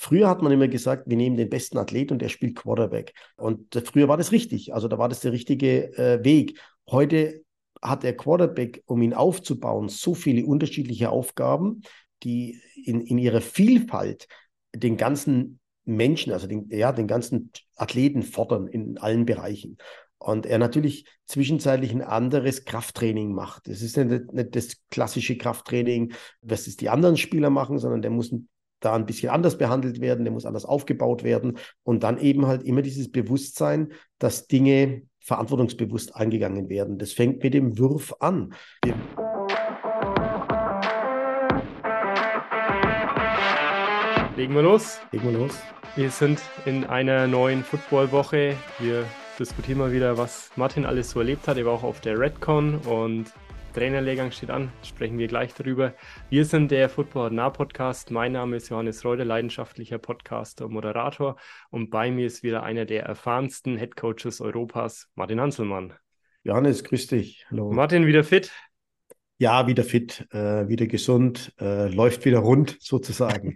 früher hat man immer gesagt, wir nehmen den besten Athleten und der spielt Quarterback. Und früher war das richtig. Also da war das der richtige Weg. Heute hat der Quarterback, um ihn aufzubauen, so viele unterschiedliche Aufgaben, die in ihrer Vielfalt den ganzen Menschen, also den ganzen Athleten fordern in allen Bereichen. Und er natürlich zwischenzeitlich ein anderes Krafttraining macht. Es ist nicht das klassische Krafttraining, was es die anderen Spieler machen, sondern der muss da ein bisschen anders behandelt werden, der muss anders aufgebaut werden und dann eben halt immer dieses Bewusstsein, dass Dinge verantwortungsbewusst angegangen werden. Das fängt mit dem Wurf an. Legen wir los. Legen wir los. Wir sind in einer neuen Football-Woche. Wir diskutieren mal wieder, was Martin alles so erlebt hat. Er war auch auf der Redcon und Trainerlehrgang steht an. Sprechen wir gleich darüber. Wir sind der Football-Nah-Podcast. Mein Name ist Johannes Reuter, leidenschaftlicher Podcaster und Moderator. Und bei mir ist wieder einer der erfahrensten Headcoaches Europas, Martin Hanselmann. Johannes, grüß dich. Hallo. Martin, wieder fit? Ja, wieder fit, wieder gesund, läuft wieder rund sozusagen.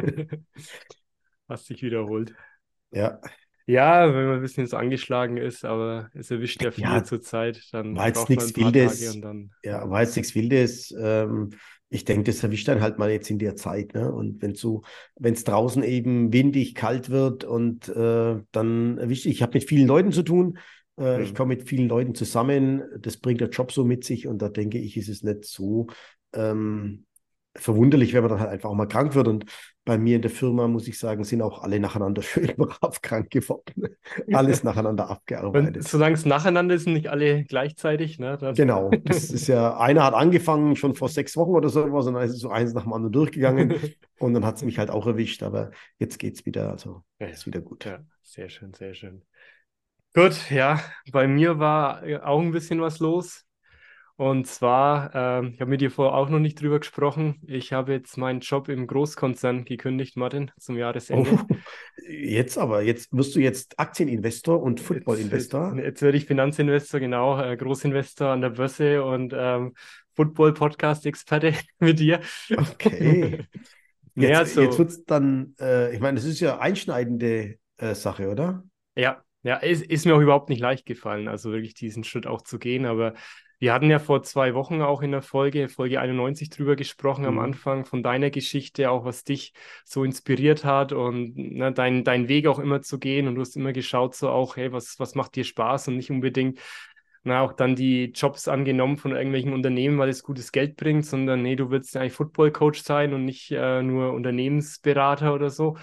Hast dich wiederholt. Ja. Ja, wenn man ein bisschen so angeschlagen ist, aber es erwischt ja viele Ja, zur Zeit, dann war jetzt braucht man ein nichts paar Tage Wildes. und dann. Ja, war jetzt nichts Wildes. Ich denke, das erwischt dann halt mal jetzt in der Zeit, ne? Und wenn es draußen eben windig, kalt wird und dann erwischt, ich habe mit vielen Leuten zu tun. Ich komme mit vielen Leuten zusammen. Das bringt der Job so mit sich und da denke ich, ist es nicht so verwunderlich, wenn man dann halt einfach auch mal krank wird. Und bei mir in der Firma, muss ich sagen, sind auch alle nacheinander schön brav krank geworden. Alles nacheinander Und abgearbeitet. solange es nacheinander ist, nicht alle gleichzeitig, ne? Dann Genau, das ist ja, einer hat angefangen schon vor 6 Wochen oder so was und dann ist es so eins nach dem anderen durchgegangen und dann hat es mich halt auch erwischt, aber jetzt geht es wieder, also Ja, ist wieder gut. ja, sehr schön, sehr schön. Gut, ja, bei mir war auch ein bisschen was los. Und zwar, ich habe mit dir vorher auch noch nicht drüber gesprochen. Ich habe jetzt meinen Job im Großkonzern gekündigt, Martin, zum Oh, Jahresende. jetzt wirst du jetzt Aktieninvestor und Footballinvestor. Jetzt werde ich Finanzinvestor, genau, Großinvestor an der Börse und Football-Podcast-Experte mit dir. Okay. Jetzt, Naja, jetzt so, wird es dann, ich meine, das ist ja einschneidende Sache, oder? ja, ist mir auch überhaupt nicht leicht gefallen, also wirklich diesen Schritt auch zu gehen. Aber wir hatten ja vor 2 Wochen auch in der Folge 91 drüber gesprochen am Mhm. Anfang von deiner Geschichte, auch was dich so inspiriert hat und ne, dein Weg auch immer zu gehen. Und du hast immer geschaut, so auch, hey, was macht dir Spaß und nicht unbedingt auch dann die Jobs angenommen von irgendwelchen Unternehmen, weil es gutes Geld bringt, sondern nee, du willst ja eigentlich Football-Coach sein und nicht nur Unternehmensberater oder so.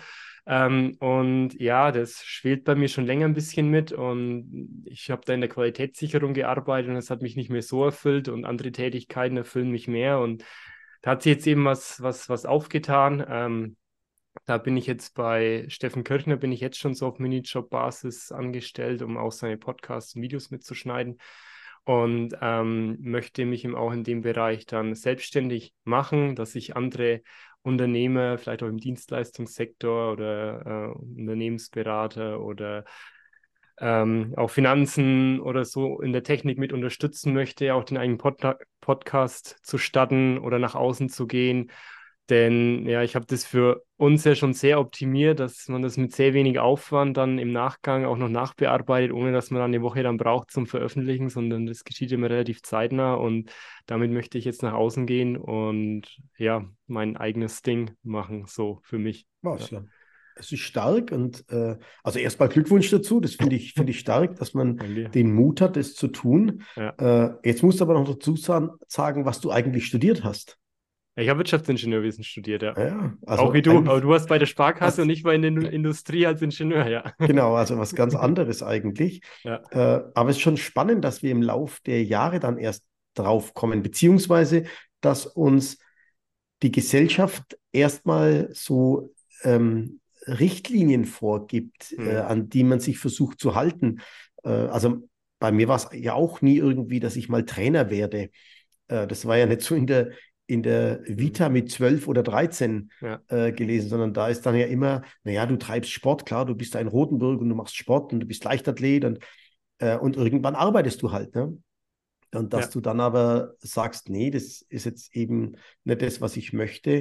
Und ja, das schwelt bei mir schon länger ein bisschen mit und ich habe da in der Qualitätssicherung gearbeitet und es hat mich nicht mehr so erfüllt und andere Tätigkeiten erfüllen mich mehr und da hat sich jetzt eben was aufgetan. Da bin ich jetzt bei Steffen Kirchner, bin ich jetzt schon so auf Minijob-Basis angestellt, um auch seine Podcasts und Videos mitzuschneiden und möchte mich eben auch in dem Bereich dann selbstständig machen, dass ich andere Unternehmer, vielleicht auch im Dienstleistungssektor oder Unternehmensberater oder auch Finanzen oder so in der Technik mit unterstützen möchte, auch den eigenen Podcast zu starten oder nach außen zu gehen. Denn ja, ich habe das für uns ja schon sehr optimiert, dass man das mit sehr wenig Aufwand dann im Nachgang auch noch nachbearbeitet, ohne dass man dann eine Woche dann braucht zum Veröffentlichen, sondern das geschieht immer relativ zeitnah und damit möchte ich jetzt nach außen gehen und ja, mein eigenes Ding machen, so für mich. Ja. Was, ja. Es ist stark und also erstmal Glückwunsch dazu. Das finde ich stark, dass man Danke. den Mut hat, das zu tun. Ja. Jetzt musst du aber noch dazu sagen, was du eigentlich studiert hast. Ich habe Wirtschaftsingenieurwesen studiert, ja. Ja, Auch also wie du, aber eigentlich du warst bei der Sparkasse und was, ich war in der Industrie als Ingenieur, ja. genau, also was ganz anderes eigentlich. Ja, Aber es ist schon spannend, dass wir im Lauf der Jahre dann erst drauf kommen, beziehungsweise dass uns die Gesellschaft erstmal so Richtlinien vorgibt, hm. an die man sich versucht zu halten. Also bei mir war es ja auch nie irgendwie, dass ich mal Trainer werde. Das war ja nicht so in der Hm. Vita mit 12 oder 13 Ja, gelesen, sondern da ist dann ja immer, naja, du treibst Sport, klar, du bist ein Rotenburg und du machst Sport und du bist Leichtathlet und irgendwann arbeitest du halt, ne? Und dass ja, du dann aber sagst, nee, das ist jetzt eben nicht das, was ich möchte,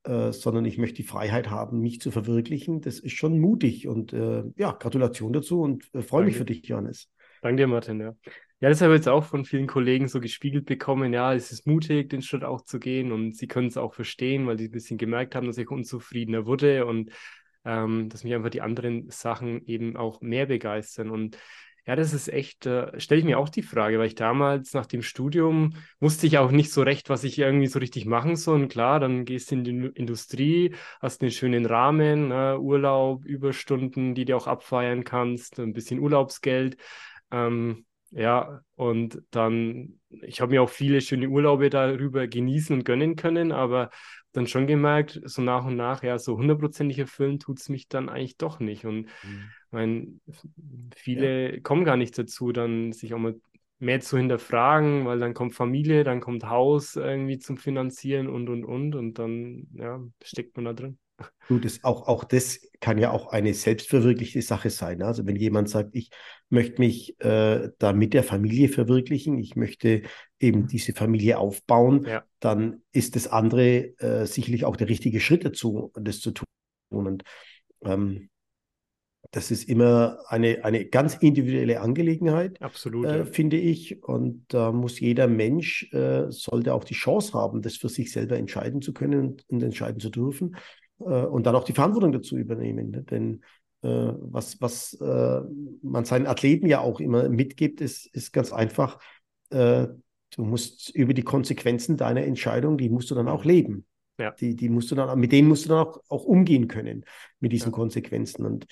sondern ich möchte die Freiheit haben, mich zu verwirklichen. Das ist schon mutig und ja, Gratulation dazu und freue mich für Danke. dich, Johannes. Danke dir, Martin, ja. Ja, das habe ich jetzt auch von vielen Kollegen so gespiegelt bekommen. Ja, es ist mutig, den Schritt auch zu gehen und sie können es auch verstehen, weil sie ein bisschen gemerkt haben, dass ich unzufriedener wurde und dass mich einfach die anderen Sachen eben auch mehr begeistern. Und ja, das ist echt, stelle ich mir auch die Frage, weil ich damals nach dem Studium wusste ich auch nicht so recht, was ich irgendwie so richtig machen soll. Und klar, dann gehst du in die Industrie, hast einen schönen Rahmen, Urlaub, Überstunden, die du auch abfeiern kannst, ein bisschen Urlaubsgeld. Ja, und dann, ich habe mir auch viele schöne Urlaube darüber genießen und gönnen können, aber dann schon gemerkt, so nach und nach, ja, so hundertprozentig erfüllen tut es mich dann eigentlich doch nicht. Und Mhm. mein, Ja. viele kommen gar nicht dazu, dann sich auch mal mehr zu hinterfragen, weil dann kommt Familie, dann kommt Haus irgendwie zum Finanzieren und dann, ja, steckt man da drin. Du, auch das kann ja auch eine selbstverwirklichte Sache sein. Ne? Also wenn jemand sagt, ich möchte mich da mit der Familie verwirklichen, ich möchte eben diese Familie aufbauen, Ja, dann ist das andere sicherlich auch der richtige Schritt dazu, das zu tun. Und ähm, das ist immer eine ganz individuelle Angelegenheit, absolut, ja. finde ich. Und da muss jeder Mensch, sollte auch die Chance haben, das für sich selber entscheiden zu können und entscheiden zu dürfen. Und dann auch die Verantwortung dazu übernehmen. Ne? Denn was man seinen Athleten ja auch immer mitgibt, ist ganz einfach, äh, du musst über die Konsequenzen deiner Entscheidung, die musst du dann auch Mhm. leben. Ja, Die musst du dann, mit denen musst du dann auch umgehen können, mit diesen ja, Konsequenzen. Und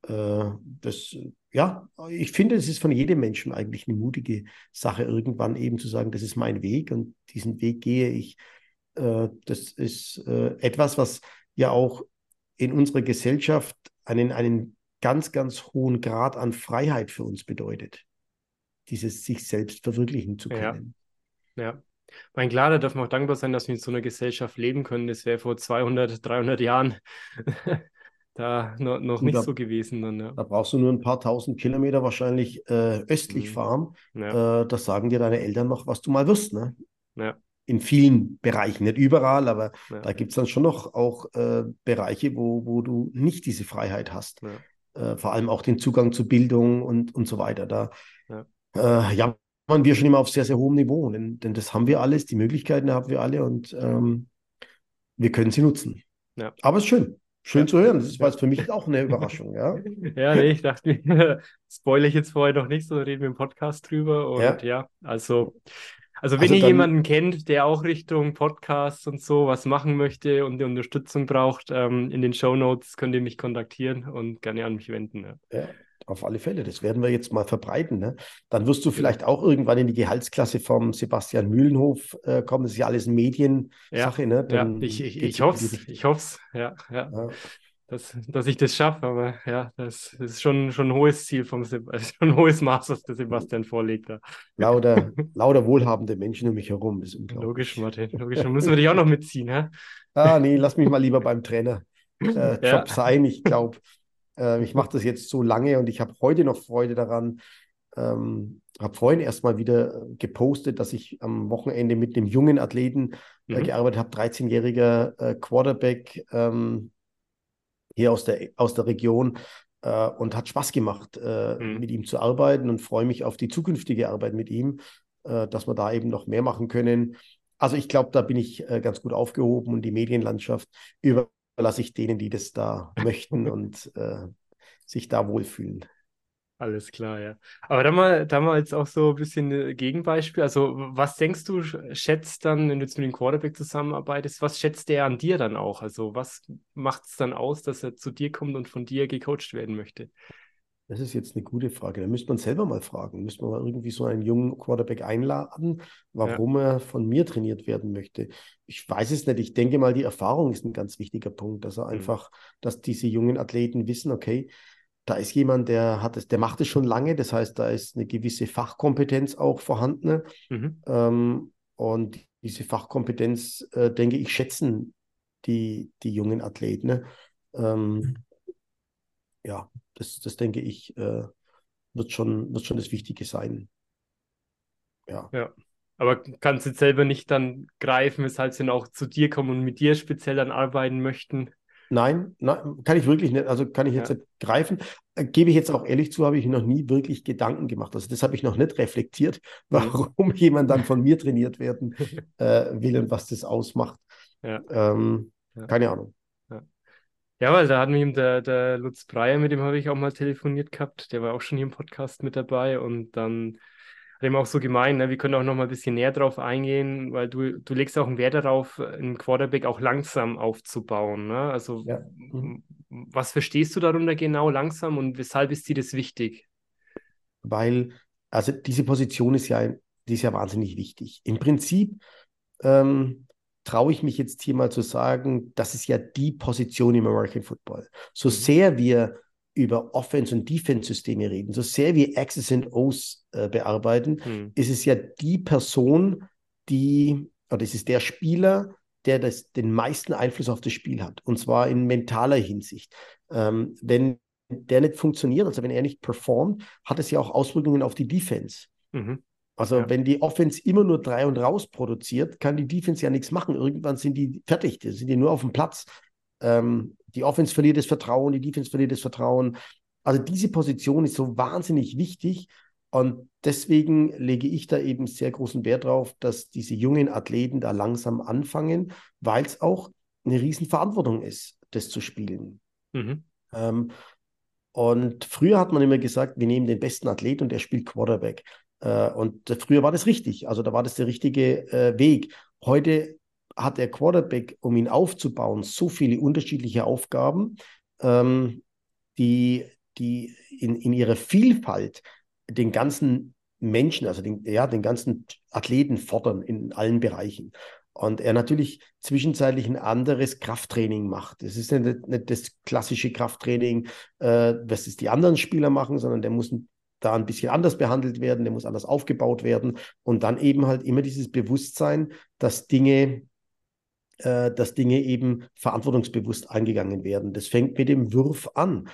ja, ich finde, es ist von jedem Menschen eigentlich eine mutige Sache, irgendwann eben zu sagen, das ist mein Weg und diesen Weg gehe ich. Das ist etwas, was ja auch in unserer Gesellschaft einen ganz, ganz hohen Grad an Freiheit für uns bedeutet, dieses sich selbst verwirklichen zu ja, können. ja. Mein klar, da dürfen wir auch dankbar sein, dass wir in so einer Gesellschaft leben können. Das wäre vor 200, 300 Jahren da noch Du, nicht da, so gewesen dann, ja. da brauchst du nur ein paar tausend Kilometer wahrscheinlich östlich Mhm. fahren. Ja, Das sagen dir deine Eltern noch, was du mal wirst, ne? ja, In vielen Bereichen, nicht überall, aber ja, da gibt es dann schon noch auch Bereiche, wo du nicht diese Freiheit hast. ja, Vor allem auch den Zugang zu Bildung und so weiter. Da ja, jammern wir schon immer auf sehr, sehr hohem Niveau, denn das haben wir alles, die Möglichkeiten haben wir alle und wir können sie nutzen. ja, Aber es ist schön. Schön ja, zu hören. Das war ja. jetzt für mich auch eine Überraschung, ja. Ja, nee, ich dachte mir, spoilere ich jetzt vorher noch nicht, so reden wir im Podcast drüber. Und Ja, ja, also wenn also ihr dann, jemanden kennt, der auch Richtung Podcasts und so was machen möchte und die Unterstützung braucht, in den Shownotes könnt ihr mich kontaktieren und gerne an mich wenden. Ja. ja, auf alle Fälle, das werden wir jetzt mal verbreiten. Ne? Dann wirst du Genau. vielleicht auch irgendwann in die Gehaltsklasse vom Sebastian Mühlenhof kommen. Das ist ja alles Ja, Mediensache, ne? ja, Dann geht es ich in die hoffe Richtung. ich hoffe ja, ja, Ja. dass ich das schaffe, aber ja, das ist schon ein hohes Ziel schon ein hohes Maß, was der Sebastian vorlegt da. Lauter wohlhabende Menschen um mich herum, das ist Logisch, unglaublich. Martin, logisch. Dann müssen wir dich auch noch mitziehen, hä? Ah, nee, lass mich mal lieber beim Trainer Ja. Job sein. Ich glaube, ich mache das jetzt so lange und ich habe heute noch Freude daran. Habe vorhin erst mal wieder gepostet, dass ich am Wochenende mit einem jungen Athleten Mhm. gearbeitet habe, 13-jähriger Quarterback hier aus der Region und hat Spaß gemacht, Mhm. mit ihm zu arbeiten und freue mich auf die zukünftige Arbeit mit ihm, dass wir da eben noch mehr machen können. Also ich glaube, da bin ich ganz gut aufgehoben und die Medienlandschaft überlasse ich denen, die das da möchten und sich da wohlfühlen. Alles klar, ja. Aber da mal jetzt auch so ein bisschen Gegenbeispiel. Also, was denkst du, schätzt dann, wenn du jetzt mit dem Quarterback zusammenarbeitest, was schätzt der an dir dann auch? Also, was macht es dann aus, dass er zu dir kommt und von dir gecoacht werden möchte? Das ist jetzt eine gute Frage. Da müsste man selber mal fragen. Müsste man mal irgendwie so einen jungen Quarterback einladen, Ja. warum er von mir trainiert werden möchte. Ich weiß es nicht. Ich denke mal, die Erfahrung ist ein ganz wichtiger Punkt, dass er Mhm. einfach, dass diese jungen Athleten wissen, okay, da ist jemand, der macht es schon lange. Das heißt, da ist eine gewisse Fachkompetenz auch vorhanden. Mhm. Und diese Fachkompetenz, denke ich, schätzen die jungen Athleten. Ne? Ähm, ja, das denke ich, wird schon das Wichtige sein. Ja. Ja. Aber kannst jetzt selber nicht dann greifen, weshalb sie dann auch zu dir kommen und mit dir speziell dann arbeiten möchten? Nein, kann ich wirklich nicht, also kann ich jetzt Ja. nicht greifen. Gebe ich jetzt auch ehrlich zu, habe ich mir noch nie wirklich Gedanken gemacht. Also das habe ich noch nicht reflektiert, Hm. warum jemand dann von mir trainiert werden will und was das ausmacht. Ja. Ähm, Ja. keine Ahnung. Ja. Ja, weil da hat mich eben der Lutz Breyer, mit dem habe ich auch mal telefoniert gehabt. Der war auch schon hier im Podcast mit dabei und dann hat er eben auch so gemeint, ne, wir können auch noch mal ein bisschen näher drauf eingehen, weil du legst auch einen Wert darauf, einen Quarterback auch langsam aufzubauen. Ne? Also Ja. Mhm. was verstehst du darunter genau langsam und weshalb ist dir das wichtig? Weil, also diese Position die ist ja wahnsinnig wichtig. Im Prinzip ähm, traue ich mich jetzt hier mal zu sagen, das ist ja die Position im American Football. So Mhm. sehr wir über Offense- und Defense-Systeme reden, so sehr wir X's und O's bearbeiten, Hm. ist es ja die Person, oder es ist der Spieler, der den meisten Einfluss auf das Spiel hat. Und zwar in mentaler Hinsicht. Wenn der nicht funktioniert, also wenn er nicht performt, hat es ja auch Auswirkungen auf die Defense. Mhm. Also Ja. wenn die Offense immer nur rein und raus produziert, kann die Defense ja nichts machen. Irgendwann sind die fertig, die sind die nur auf dem Platz. Die Offense verliert das Vertrauen, die Defense verliert das Vertrauen. Also diese Position ist so wahnsinnig wichtig und deswegen lege ich da eben sehr großen Wert drauf, dass diese jungen Athleten da langsam anfangen, weil es auch eine Riesenverantwortung ist, das zu spielen. Mhm. Ähm, und früher hat man immer gesagt, wir nehmen den besten Athlet und der spielt Quarterback. Und früher war das richtig. Also da war das der richtige Weg. Heute hat der Quarterback, um ihn aufzubauen, so viele unterschiedliche Aufgaben, ähm, die, die in ihrer Vielfalt den ganzen Menschen, also den ganzen Athleten fordern in allen Bereichen. Und er natürlich zwischenzeitlich ein anderes Krafttraining macht. Es ist nicht das klassische Krafttraining, was es die anderen Spieler machen, sondern der muss da ein bisschen anders behandelt werden, der muss anders aufgebaut werden und dann eben halt immer dieses Bewusstsein, dass Dinge eben verantwortungsbewusst angegangen werden. Das fängt mit dem Wurf an.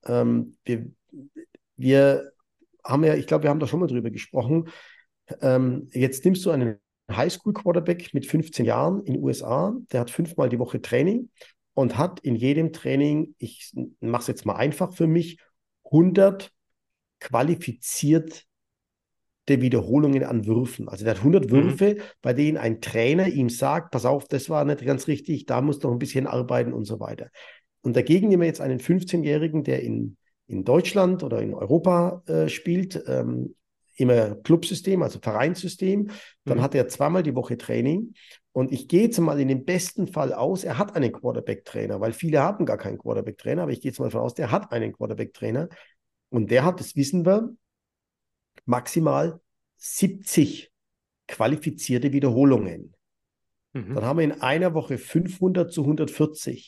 Wir haben ja, ich glaube, wir haben da schon mal drüber gesprochen. Jetzt nimmst du einen Highschool-Quarterback mit 15 Jahren in den USA, der hat 5-mal die Woche Training und hat in jedem Training, ich mache es jetzt mal einfach für mich, 100 qualifizierte Wiederholungen an Würfen. Also der hat 100 Mhm. Würfe, bei denen ein Trainer ihm sagt, pass auf, das war nicht ganz richtig, da musst du noch ein bisschen arbeiten und so weiter. Und dagegen nehmen wir jetzt einen 15-Jährigen, der in Deutschland oder in Europa spielt, immer Clubsystem, also Vereinssystem. Dann Mhm. hat er 2-mal die Woche Training. Und ich gehe jetzt mal in dem besten Fall aus, er hat einen Quarterback-Trainer, weil viele haben gar keinen Quarterback-Trainer, aber ich gehe jetzt mal davon aus, der hat einen Quarterback-Trainer. Und der hat, das wissen wir, maximal 70 qualifizierte Wiederholungen. Mhm. Dann haben wir in einer Woche 500 zu 140.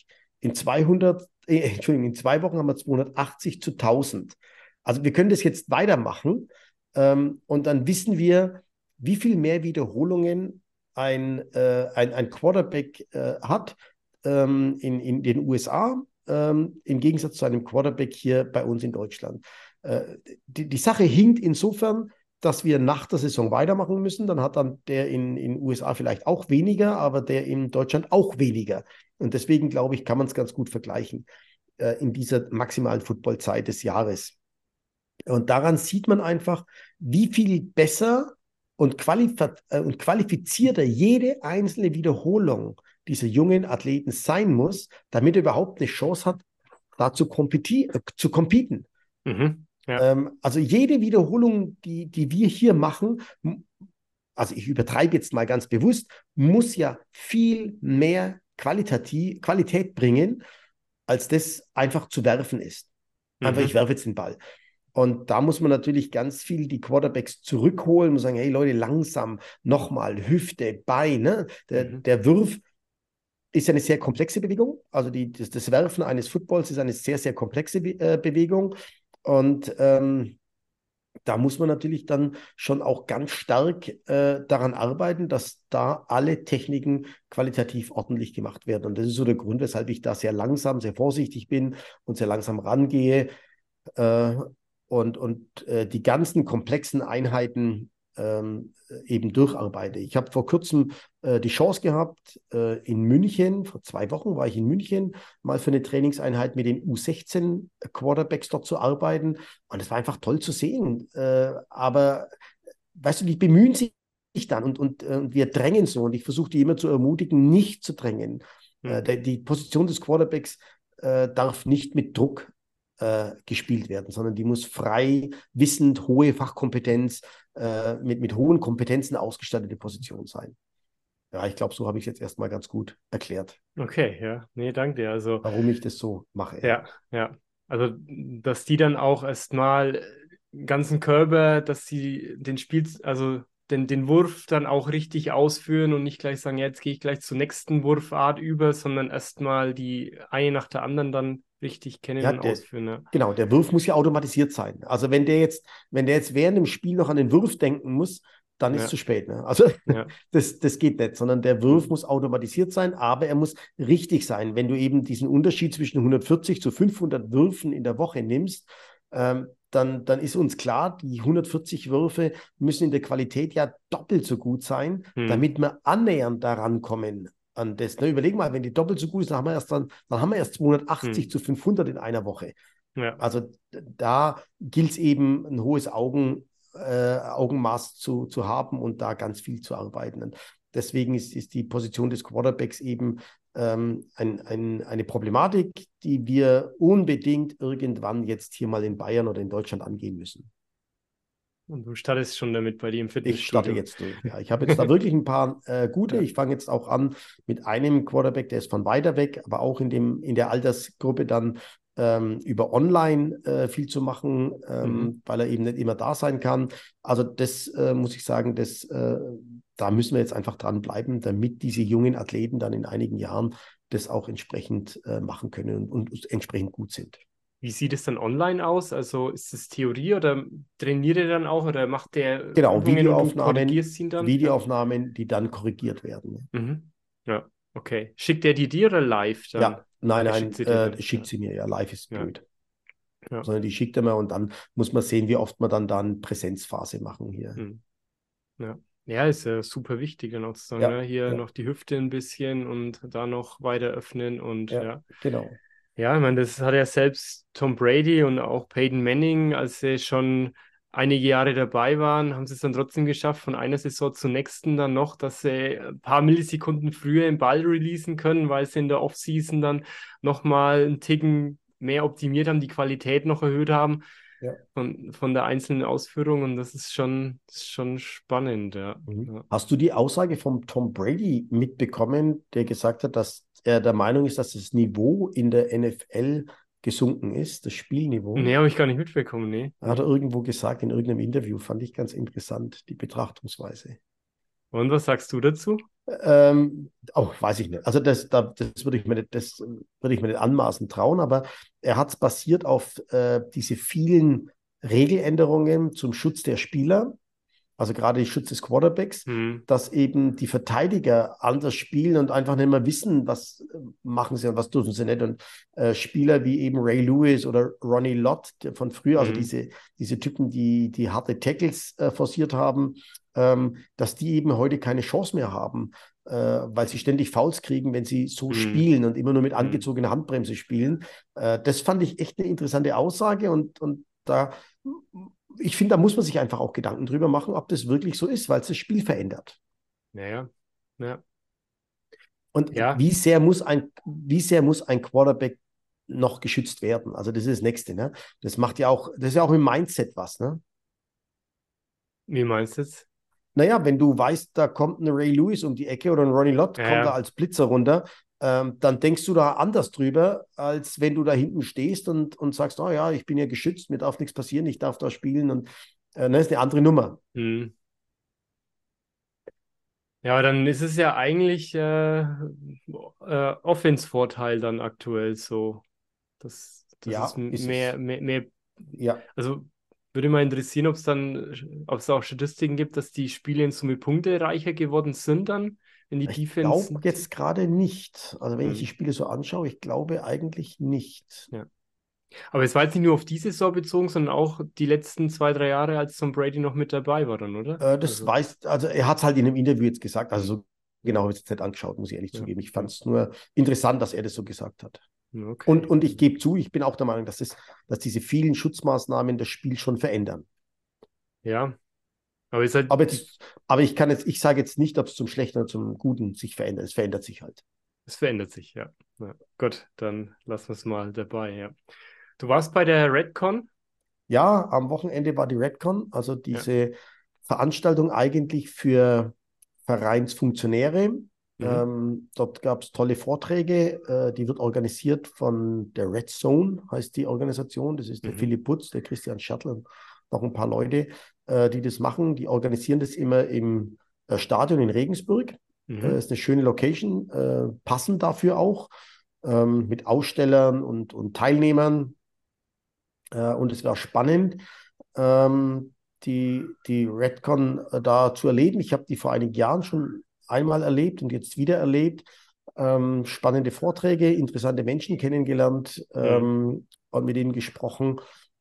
In 2 Wochen haben wir 280 zu 1000. Also wir können das jetzt weitermachen und dann wissen wir, wie viel mehr Wiederholungen ein Quarterback hat in den USA im Gegensatz zu einem Quarterback hier bei uns in Deutschland. Die Sache hinkt insofern, dass wir nach der Saison weitermachen müssen. Dann hat dann der in den USA vielleicht auch weniger, aber der in Deutschland auch weniger. Und deswegen glaube ich, kann man es ganz gut vergleichen in dieser maximalen Footballzeit des Jahres. Und daran sieht man einfach, wie viel besser und qualifizierter jede einzelne Wiederholung dieser jungen Athleten sein muss, damit er überhaupt eine Chance hat, da zu competen. Mhm. Ja. Also jede Wiederholung, die wir hier machen, also ich übertreibe jetzt mal ganz bewusst, muss ja viel mehr Qualität bringen, als das einfach zu werfen ist. Einfach, ich Mhm. werfe jetzt den Ball. Und da muss man natürlich ganz viel die Quarterbacks zurückholen und sagen, hey Leute, langsam, nochmal, Hüfte, Beine. Mhm. Der Wurf ist ja eine sehr komplexe Bewegung. Also das Werfen eines Footballs ist eine sehr, sehr komplexe Bewegung. Und da muss man natürlich dann schon auch ganz stark daran arbeiten, dass da alle Techniken qualitativ ordentlich gemacht werden. Und das ist so der Grund, weshalb ich da sehr langsam, sehr vorsichtig bin und sehr langsam rangehe. Äh, die ganzen komplexen Einheiten eben durcharbeite. Ich habe vor kurzem die Chance gehabt, in München, vor 2 Wochen war ich in München, mal für eine Trainingseinheit mit den U16 Quarterbacks dort zu arbeiten. Und es war einfach toll zu sehen. Aber weißt du, die bemühen sich dann und wir drängen so. Und ich versuche die immer zu ermutigen, nicht zu drängen. Die Position des Quarterbacks darf nicht mit Druck gespielt werden, sondern die muss frei, wissend, hohe Fachkompetenz, mit hohen Kompetenzen ausgestattete Position sein. Ja, ich glaube, so habe ich es jetzt erstmal ganz gut erklärt, Okay, ja. Nee, danke dir. Also, warum ich das so mache. Ja. ja. Also, dass die dann auch erstmal ganzen Körper, dass sie also den Wurf dann auch richtig ausführen und nicht gleich sagen, ja, jetzt gehe ich gleich zur nächsten Wurfart über, sondern erstmal die eine nach der anderen dann richtig kennen Ja, und ausführen. Ja. genau, der Wurf muss ja automatisiert sein. Also wenn der jetzt während dem Spiel noch an den Wurf denken muss, dann ist es Ja, zu spät. Ne? Also ja. das geht nicht, sondern der Wurf Hm. muss automatisiert sein, aber er muss richtig sein. Wenn du eben diesen Unterschied zwischen 140 zu 500 Würfen in der Woche nimmst, dann ist uns klar, die 140 Würfe müssen in der Qualität ja doppelt so gut sein, Hm. damit wir annähernd daran kommen an das. Ne? Überleg mal, wenn die doppelt so gut ist, dann haben wir erst 280 Hm. zu 500 in einer Woche. Ja. Also da gilt es eben, ein hohes Augenmaß zu haben und da ganz viel zu arbeiten. Und deswegen ist die Position des Quarterbacks eben eine Problematik, die wir unbedingt irgendwann jetzt hier mal in Bayern oder in Deutschland angehen müssen. Und du startest schon damit bei dir im Ich starte Fitnessstudio. jetzt durch. Ja, ich habe jetzt da wirklich ein paar gute. Ja. Ich fange jetzt auch an mit einem Quarterback, der ist von weiter weg, aber auch in der Altersgruppe dann über online viel zu machen, Mhm. weil er eben nicht immer da sein kann. Also das muss ich sagen, da müssen wir jetzt einfach dranbleiben, damit diese jungen Athleten dann in einigen Jahren das auch entsprechend machen können und entsprechend gut sind. Wie sieht es dann online aus? Also ist es Theorie oder trainiert er dann auch oder macht der Genau, Übungen und du korrigierst ihn dann? Ja. Videoaufnahmen, die dann korrigiert werden. Mhm. Ja, okay. Schickt er die dir oder live dann? Ja, nein, Er schickt nein, sie dir dann. schickt Ja, sie mir. Ja, live ist ja, blöd. ja. Sondern die schickt er mir und dann muss man sehen, wie oft wir dann Präsenzphase machen hier. Hm. Ja. Ja, ist ja super wichtig, dann auch zu sagen, Ja, ne? Hier ja, noch die Hüfte ein bisschen und da noch weiter öffnen und ja, ja. genau. Ja, ich meine, das hat ja selbst Tom Brady und auch Peyton Manning, als sie schon einige Jahre dabei waren, haben sie es dann trotzdem geschafft, von einer Saison zur nächsten dann noch, dass sie ein paar Millisekunden früher den Ball releasen können, weil sie in der Offseason dann nochmal einen Ticken mehr optimiert haben, die Qualität noch erhöht haben Ja. von der einzelnen Ausführung und das ist schon spannend, ja. Mhm. Ja. Hast du die Aussage vom Tom Brady mitbekommen, der gesagt hat, dass er der Meinung ist, dass das Niveau in der NFL gesunken ist, das Spielniveau? Nee, habe ich gar nicht mitbekommen, nee. Hat er Nee. irgendwo gesagt in irgendeinem Interview, fand ich ganz interessant, die Betrachtungsweise. Und was sagst du dazu? Weiß ich nicht. Also das würde ich mir nicht anmaßen trauen, aber er hat es basiert auf diese vielen Regeländerungen zum Schutz der Spieler, also gerade Schutz des Quarterbacks, Hm. dass eben die Verteidiger anders spielen und einfach nicht mehr wissen, was machen sie und was dürfen sie nicht. Und Spieler wie eben Ray Lewis oder Ronnie Lott von früher, also Hm. diese Typen, die harte Tackles forciert haben, dass die eben heute keine Chance mehr haben, weil sie ständig Fouls kriegen, wenn sie so Hm. spielen und immer nur mit Hm. angezogener Handbremse spielen. Das fand ich echt eine interessante Aussage und da ich finde, da muss man sich einfach auch Gedanken drüber machen, ob das wirklich so ist, weil es das Spiel verändert. Naja, ja. Und Ja, wie sehr muss ein Quarterback noch geschützt werden? Also das ist das Nächste, ne? Das ist ja auch im Mindset was, ne? wie meinst du jetzt? Naja, wenn du weißt, da kommt ein Ray Lewis um die Ecke oder ein Ronnie Lott Ja, kommt da ja. als Blitzer runter, dann denkst du da anders drüber, als wenn du da hinten stehst und sagst, oh ja, ich bin ja geschützt, mir darf nichts passieren, ich darf da spielen und das ist eine andere Nummer. Hm. Ja, aber dann ist es ja eigentlich Offense-Vorteil dann aktuell so. Das ist Ja, ist es. mehr, Ja, also würde mal interessieren, ob es auch Statistiken gibt, dass die Spiele in Summe punktereicher geworden sind dann, wenn die ich Defense. glaube jetzt gerade nicht. Also wenn ich die Hm. Spiele so anschaue, ich glaube eigentlich nicht. Ja. Aber es war jetzt nicht nur auf diese Saison bezogen, sondern auch die letzten 2, 3 Jahre, als Tom Brady noch mit dabei war dann, oder? Also, Also er hat es halt in einem Interview jetzt gesagt, also hm, so genau habe ich es jetzt nicht angeschaut, muss ich ehrlich ja, zugeben. Ich ja, fand es nur interessant, dass er das so gesagt hat. okay. Und ich gebe zu, ich bin auch der Meinung, dass diese vielen Schutzmaßnahmen das Spiel schon verändern. Ja, aber es ist halt Aber die, jetzt, ich sage jetzt nicht, ob es zum Schlechten oder zum Guten sich verändert. Es verändert sich halt. es verändert sich, ja. Ja. Gut, dann lassen wir es mal dabei, ja. Du warst bei der Redcon? Ja, am Wochenende war die Redcon, also Ja. diese Veranstaltung eigentlich für Vereinsfunktionäre. Mhm. Dort gab es tolle Vorträge. Die wird organisiert von der Red Zone, heißt die Organisation. Das ist der Mhm. Philipp Putz, der Christian Schertl und noch ein paar Leute, die das machen. Die organisieren das immer im Stadion in Regensburg. Mhm. Ist eine schöne Location, passend dafür auch, mit Ausstellern und Teilnehmern. Und es war spannend, die Redcon da zu erleben. Ich habe die vor einigen Jahren schon einmal erlebt und jetzt wieder erlebt. Spannende Vorträge, interessante Menschen kennengelernt Mhm. und mit denen gesprochen.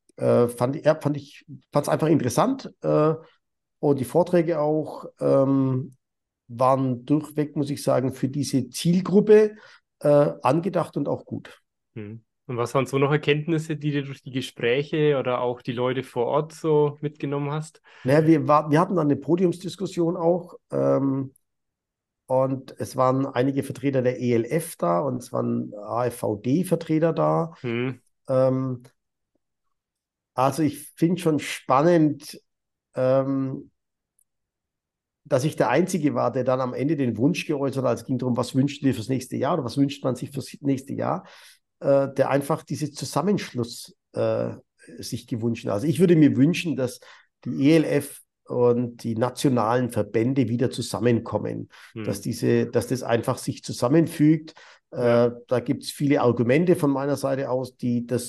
Fand es einfach interessant. Und die Vorträge auch waren durchweg, muss ich sagen, für diese Zielgruppe angedacht und auch gut. Mhm. Und was waren so noch Erkenntnisse, die du durch die Gespräche oder auch die Leute vor Ort so mitgenommen hast? Naja, wir hatten dann eine Podiumsdiskussion auch. Und es waren einige Vertreter der ELF da und es waren AfVD-Vertreter da. Mhm. Ähm, also ich finde schon spannend, ähm, dass ich der Einzige war, der dann am Ende den Wunsch geäußert hat, als es ging darum, was wünscht ihr fürs nächste Jahr oder was wünscht man sich fürs nächste Jahr, der einfach diesen Zusammenschluss sich gewünscht hat. Also ich würde mir wünschen, dass die ELF und die nationalen Verbände wieder zusammenkommen, Mhm. dass das einfach sich zusammenfügt. Ja. Da gibt es viele Argumente von meiner Seite aus,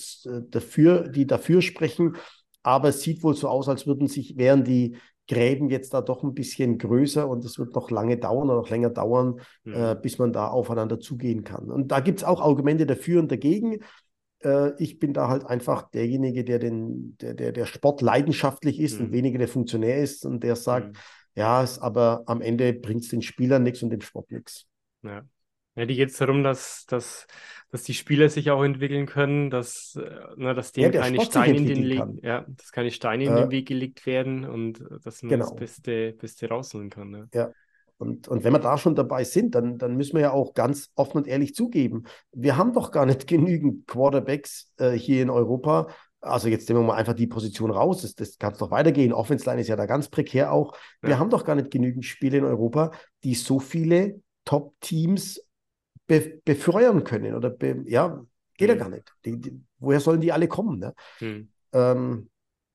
die dafür sprechen. Aber es sieht wohl so aus, als wären die Gräben jetzt da doch ein bisschen größer und es wird noch lange dauern oder noch länger dauern, Mhm. bis man da aufeinander zugehen kann. Und da gibt es auch Argumente dafür und dagegen. Ich bin da halt einfach derjenige, der Sport leidenschaftlich ist und Mhm. weniger der Funktionär ist und der sagt, Mhm. ja, aber am Ende bringt es den Spielern nichts und dem Sport nichts. Ja. Ja, die geht es darum, dass die Spieler sich auch entwickeln können, dass Ja, denen der keine Sport sich Steine entwickeln kann. dass keine Steine in Äh, den Weg gelegt werden und dass man das genau. Beste rausholen kann. Ja. Ja. Und wenn wir da schon dabei sind, dann müssen wir ja auch ganz offen und ehrlich zugeben, wir haben doch gar nicht genügend Quarterbacks hier in Europa. Also jetzt nehmen wir mal einfach die Position raus, das kann es doch weitergehen. Offense Line ist ja da ganz prekär auch. Wir Ja. haben doch gar nicht genügend Spiele in Europa, die so viele Top-Teams befeuern können. Ja, geht ja Hm. gar nicht. Woher sollen die alle kommen? Ne? Hm. Ähm,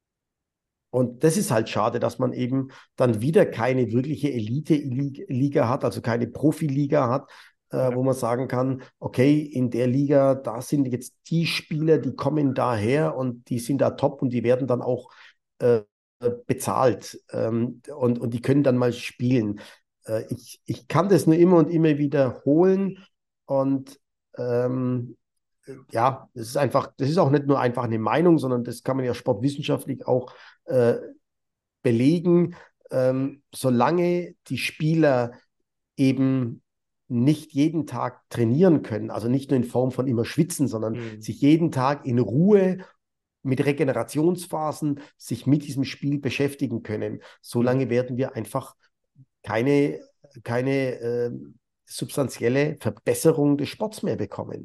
und das ist halt schade, dass man eben dann wieder keine wirkliche Elite-Liga hat, also keine Profiliga hat, Ja. wo man sagen kann, okay, in der Liga, da sind jetzt die Spieler, die kommen daher und die sind da top und die werden dann auch äh, bezahlt und die können dann mal spielen. Ich kann das nur immer und immer wiederholen und ja, das ist auch nicht nur einfach eine Meinung, sondern das kann man ja sportwissenschaftlich auch äh, belegen, solange die Spieler eben nicht jeden Tag trainieren können, also nicht nur in Form von immer schwitzen, sondern Hm. sich jeden Tag in Ruhe mit Regenerationsphasen sich mit diesem Spiel beschäftigen können, Hm. solange werden wir einfach keine, keine substanzielle Verbesserung des Sports mehr bekommen.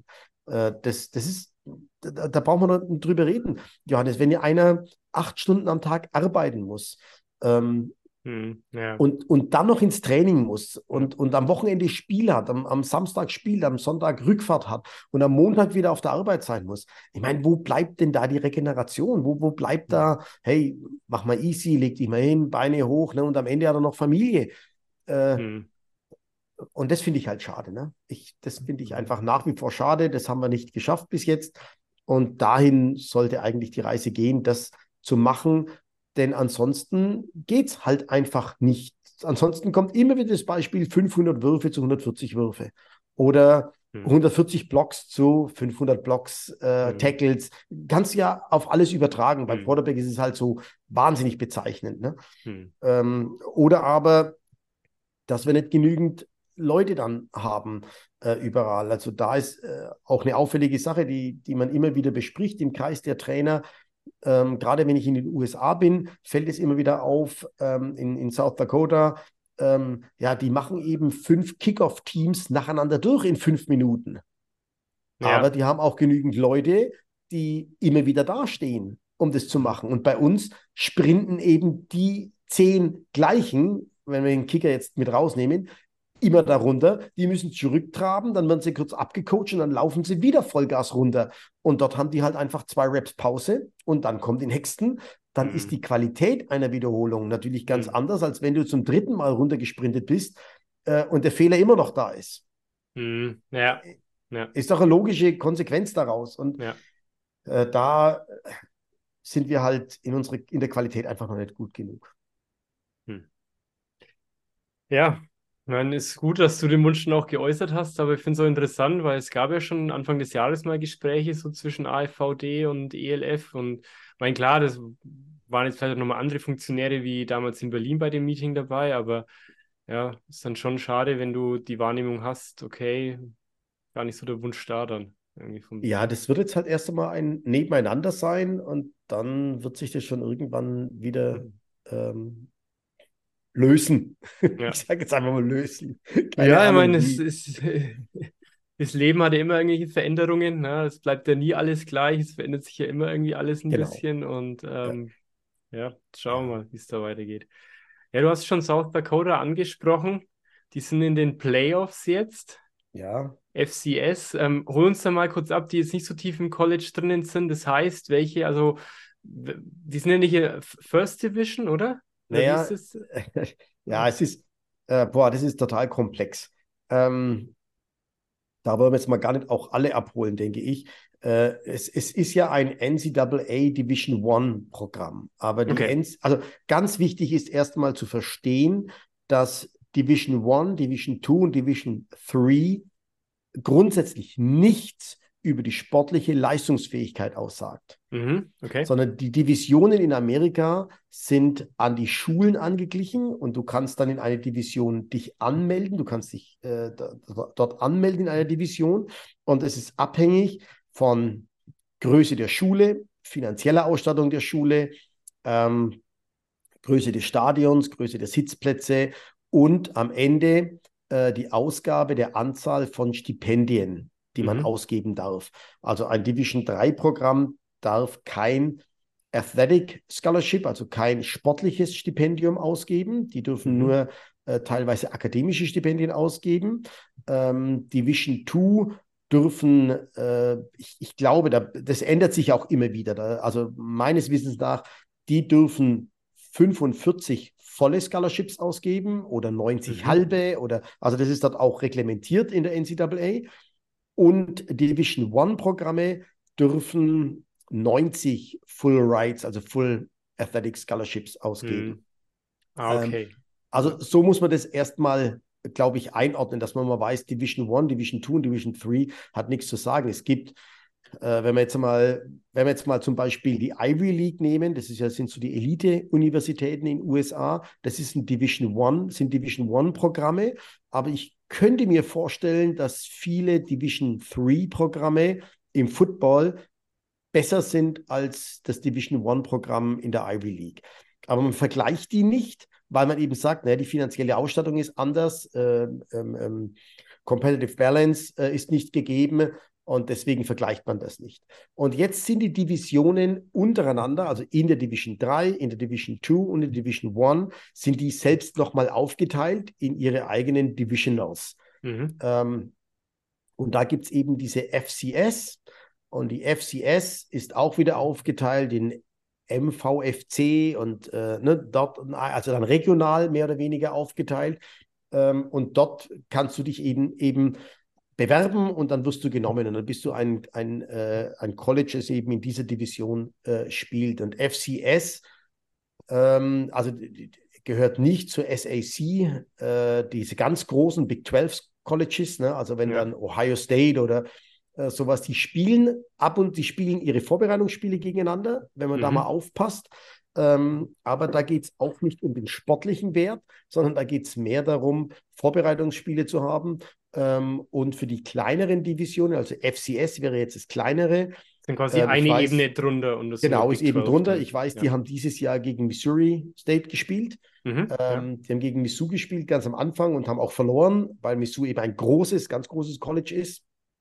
Da brauchen wir noch drüber reden. Johannes, wenn ja einer 8 Stunden am Tag arbeiten muss, Hm. Ja. und dann noch ins Training muss Ja. und am Wochenende Spiel hat, am Samstag spielt, am Sonntag Rückfahrt hat und am Montag wieder auf der Arbeit sein muss. Ich meine, wo bleibt denn da die Regeneration? Wo bleibt Hm. da, hey, mach mal easy, leg dich mal hin, Beine hoch, ne? Und am Ende hat er noch Familie. Äh, Hm. und das finde ich halt schade. Ne? Das finde ich einfach nach wie vor schade. Das haben wir nicht geschafft bis jetzt. Und dahin sollte eigentlich die Reise gehen, das zu machen. Denn ansonsten geht es halt einfach nicht. Ansonsten kommt immer wieder das Beispiel 500 Würfe zu 140 Würfe. Oder Hm. 140 Blocks zu 500 Blocks, Tackles, kannst du ja auf alles übertragen. Beim Hm. Quarterback ist es halt so wahnsinnig bezeichnend. Ne? Hm. Oder aber, dass wir nicht genügend Leute dann haben überall. Also da ist auch eine auffällige Sache, die man immer wieder bespricht im Kreis der Trainer. Gerade wenn ich in den USA bin, fällt es immer wieder auf, in South Dakota, ja, die machen eben 5 Kickoff-Teams nacheinander durch in 5 Minuten. Aber Ja. die haben auch genügend Leute, die immer wieder dastehen, um das zu Hm. machen. Und bei uns sprinten eben die 10 gleichen, wenn wir den Kicker jetzt mit rausnehmen, immer darunter. Die müssen zurücktraben, dann werden sie kurz abgecoacht und dann laufen sie wieder Vollgas runter. Und dort haben die halt einfach 2 Reps Pause und dann kommt die nächsten. Dann ist Hm. die Qualität einer Wiederholung natürlich ganz Hm. anders, als wenn du zum 3. Mal runtergesprintet bist und der Fehler immer noch da ist. Hm. Ja. Ja. Ist doch eine logische Konsequenz daraus. Und Ja. da sind wir halt in der Qualität einfach noch nicht gut genug. Hm. Ja, ich meine, ist gut, dass du den Wunsch schon auch geäußert hast, aber ich finde es auch interessant, weil es gab ja schon Anfang des Jahres mal Gespräche so zwischen AFVD und ELF und ich meine, klar, das waren jetzt vielleicht auch nochmal andere Funktionäre wie damals in Berlin bei dem Meeting dabei, aber ja, ist dann schon schade, wenn du die Wahrnehmung hast, okay, gar nicht so der Wunsch da dann irgendwie vom. Ja, das wird jetzt halt erst einmal ein Nebeneinander sein und dann wird sich das schon irgendwann wieder Mhm. ähm, lösen. Ja. Ich sage jetzt einfach mal lösen. Keine Ja, ich Ahnung meine, es wie. ist, das Leben hat ja immer irgendwelche Veränderungen. Ne? Es bleibt ja nie alles gleich. Es verändert sich ja immer irgendwie alles ein Genau. bisschen. Und Ja. ja, schauen wir Ja. mal, wie es da weitergeht. Ja, du hast schon South Dakota angesprochen. Die sind in den Playoffs jetzt. Ja. FCS. Hol uns da mal kurz ab, die jetzt nicht so tief im College drinnen sind. Das heißt, welche, also, die sind ja nicht in First Division, oder? Oder wie ist Naja, es? ja, es ist, das ist total komplex. Ähm, Da wollen wir jetzt mal gar nicht auch alle abholen, denke ich. Es ist ja ein NCAA Division One Programm. Aber Okay. also ganz wichtig ist erstmal zu verstehen, dass Division One, Division Two und Division Three grundsätzlich nichts über die sportliche Leistungsfähigkeit aussagt, Mhm. Okay. sondern die Divisionen in Amerika sind an die Schulen angeglichen und du kannst dann in eine Division dich anmelden. Du kannst dich dort anmelden in einer Division und es ist abhängig von Größe der Schule, finanzieller Ausstattung der Schule, ähm, Größe des Stadions, Größe der Sitzplätze und am Ende die Ausgabe der Anzahl von Stipendien, die man Mhm. ausgeben darf. Also ein Division 3 Programm darf kein Athletic Scholarship, also kein sportliches Stipendium ausgeben. Die dürfen Mhm. nur teilweise akademische Stipendien ausgeben. Division 2 dürfen, ich glaube, das ändert sich auch immer wieder. Also meines Wissens nach, die dürfen 45 volle Scholarships ausgeben oder 90 Mhm. halbe oder also das ist dort auch reglementiert in der NCAA. Und Division One Programme dürfen 90 Full Rights, also Full Athletic Scholarships Mhm. ausgeben. Ah, Ähm, okay. also Ja. so muss man das erstmal, glaube ich, einordnen, dass man mal weiß, Division One, Division Two und Division Three hat nichts zu sagen. Es gibt wenn wir jetzt mal zum Beispiel die Ivy League nehmen, sind so die Elite-Universitäten in den USA, das ist sind Division One Programme, aber ich könnte mir vorstellen, dass viele Division Three Programme im Football besser sind als das Division One Programm in der Ivy League. Aber man vergleicht die nicht, weil man eben sagt, naja, die finanzielle Ausstattung ist anders, Competitive Balance ist nicht gegeben und deswegen vergleicht man das nicht. Und jetzt sind die Divisionen untereinander, also in der Division 3, in der Division 2 und in der Division 1, sind die selbst nochmal aufgeteilt in ihre eigenen Divisionals. Mhm. Ähm, und da gibt es eben diese FCS und die FCS ist auch wieder aufgeteilt in MVFC und ne, dort, also dann regional mehr oder weniger aufgeteilt. Und dort kannst du dich eben bewerben und dann wirst du genommen und dann bist du ein College, das eben in dieser Division spielt. Und FCS, also gehört nicht zur SAC, diese ganz großen Big 12 Colleges, ne? Also wenn Ja. dann Ohio State oder sowas, die spielen die spielen ihre Vorbereitungsspiele gegeneinander, wenn man da mal aufpasst. Aber da geht es auch nicht um den sportlichen Wert, sondern da geht es mehr darum, Vorbereitungsspiele zu haben. Und für die kleineren Divisionen, also FCS wäre jetzt das kleinere. Sind quasi Ich eine weiß, Ebene drunter und das ist nur genau, ist Big eben 12 drunter. dann. Ich weiß, Ja. die haben dieses Jahr gegen Missouri State gespielt. Ja. Die haben gegen Mizzou gespielt, ganz am Anfang, und haben auch verloren, weil Mizzou eben ein großes, ganz großes College ist.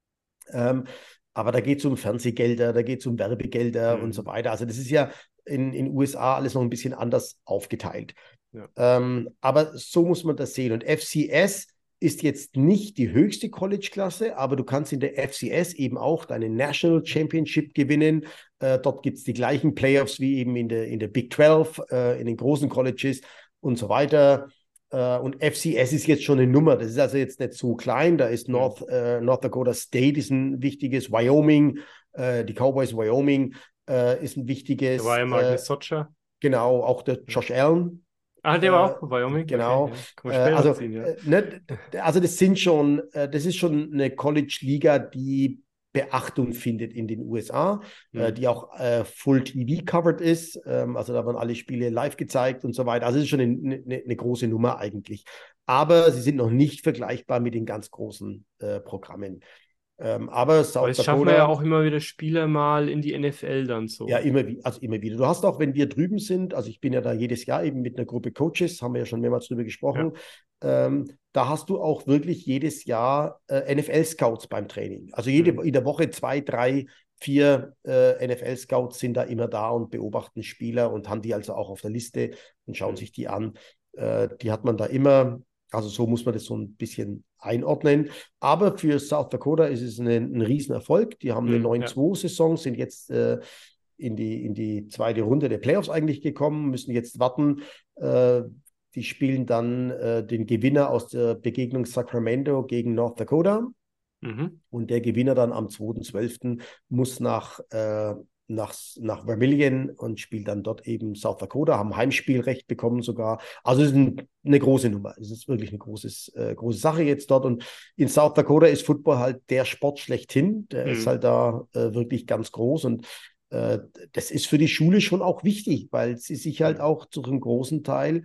Aber da geht es um Fernsehgelder, da geht es um Werbegelder und so weiter. Also das ist ja in den USA alles noch ein bisschen anders aufgeteilt. Ja. Aber so muss man das sehen. Und FCS ist jetzt nicht die höchste College-Klasse, aber du kannst in der FCS eben auch deine National Championship gewinnen. Dort gibt es die gleichen Playoffs wie eben in der Big 12, in den großen Colleges und so weiter. Und FCS ist jetzt schon eine Nummer. Das ist also jetzt nicht so klein. Da ist North Dakota State ist ein wichtiges, Wyoming, die Cowboys Wyoming ist ein Da war wichtiges. ja Marcus Socha. Genau, auch der Josh Allen. Ah, der war auch bei Wyoming. Okay, Genau. ja. Kann man später ziehen, ja. Ne, also das ist schon eine College-Liga, die Beachtung findet in den USA, die auch Full TV-covered ist. Also da werden alle Spiele live gezeigt und so weiter. Also es ist schon eine große Nummer eigentlich. Aber sie sind noch nicht vergleichbar mit den ganz großen Programmen. Aber Aber South es schaffen wir ja auch Dakota, immer wieder Spieler mal in die NFL dann ja, so. immer wieder. Du hast auch, wenn wir drüben sind, also ich bin ja da jedes Jahr eben mit einer Gruppe Coaches, haben wir ja schon mehrmals drüber Ja. gesprochen, da hast du auch wirklich jedes Jahr NFL-Scouts beim Training. Also in der Woche 2, 3, 4 NFL-Scouts sind da immer da und beobachten Spieler und haben die also auch auf der Liste und schauen sich die an. Die hat man da immer. Also so muss man das so ein bisschen einordnen. Aber für South Dakota ist es ein Riesenerfolg. Die haben eine Ja. 9-2-Saison, sind jetzt in die zweite Runde der Playoffs eigentlich gekommen, müssen jetzt warten. Die spielen dann den Gewinner aus der Begegnung Sacramento gegen North Dakota. Und der Gewinner dann am 2.12. muss nach Vermillion und spielt dann dort eben South Dakota, haben Heimspielrecht bekommen sogar. Also es ist eine große Nummer. Es ist wirklich eine große Sache jetzt dort. Und in South Dakota ist Football halt der Sport schlechthin. Der ist halt da wirklich ganz groß. Und das ist für die Schule schon auch wichtig, weil sie sich halt auch zu einem großen Teil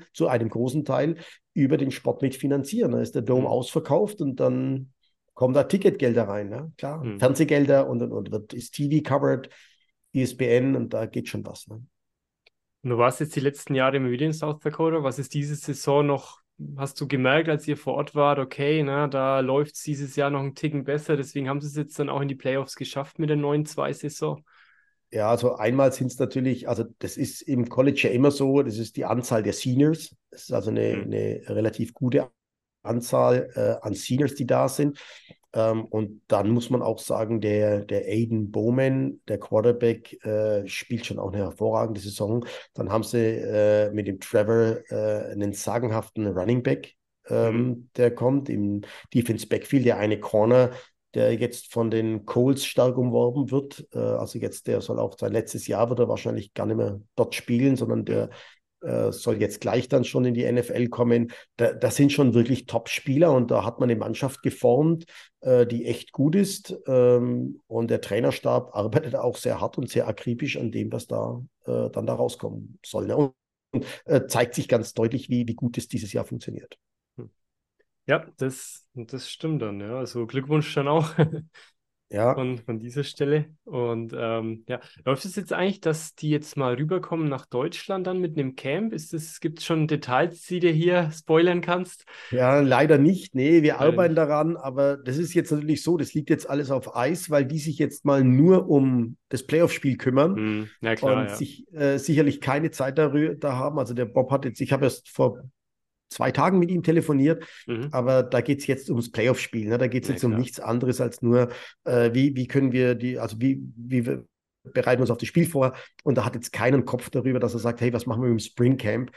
über den Sport mitfinanzieren. Da ist der Dome ausverkauft und dann kommen da Ticketgelder rein, ne? Klar, Fernsehgelder und ist TV covered, ESPN, und da geht schon was. Ne? Und du warst jetzt die letzten Jahre immer wieder in South Dakota. Was ist diese Saison noch, hast du gemerkt, als ihr vor Ort wart, okay, na, da läuft es dieses Jahr noch einen Ticken besser, deswegen haben sie es jetzt dann auch in die Playoffs geschafft mit der 9-2-Saison? Ja, also einmal sind es natürlich, also das ist im College ja immer so, das ist die Anzahl der Seniors. Das ist also eine relativ gute Anzahl an Seniors, die da sind. Und dann muss man auch sagen, der Aiden Bowman, der Quarterback, spielt schon auch eine hervorragende Saison. Dann haben sie mit dem Trevor einen sagenhaften Running Back, der kommt im Defense Backfield, der eine Corner, der jetzt von den Colts stark umworben wird. Also jetzt, der soll auch sein letztes Jahr, wird er wahrscheinlich gar nicht mehr dort spielen, sondern der soll jetzt gleich dann schon in die NFL kommen. Das sind schon wirklich Top-Spieler und da hat man eine Mannschaft geformt, die echt gut ist. Und der Trainerstab arbeitet auch sehr hart und sehr akribisch an dem, was da dann da rauskommen soll. Ne? Und zeigt sich ganz deutlich, wie gut es dieses Jahr funktioniert. Ja, das stimmt dann, ja. Also Glückwunsch dann auch Ja. von dieser Stelle. Und ja, läuft es jetzt eigentlich, dass die jetzt mal rüberkommen nach Deutschland dann mit einem Camp? Gibt es schon Details, die du hier spoilern kannst? Ja, leider nicht. Nee, wir Leider arbeiten nicht. daran, aber das ist jetzt natürlich so, das liegt jetzt alles auf Eis, weil die sich jetzt mal nur um das Playoff-Spiel kümmern Ja, klar, und ja. sicherlich keine Zeit da haben. Also der Bob hat jetzt, ich habe erst vor 2 Tagen mit ihm telefoniert, aber da geht es jetzt ums Playoff-Spiel. Ne? Da geht es Ja, jetzt um klar. nichts anderes als nur, wie können wir wie wir bereiten wir uns auf das Spiel vor. Und da hat jetzt keinen Kopf darüber, dass er sagt, hey, was machen wir im Spring Camp?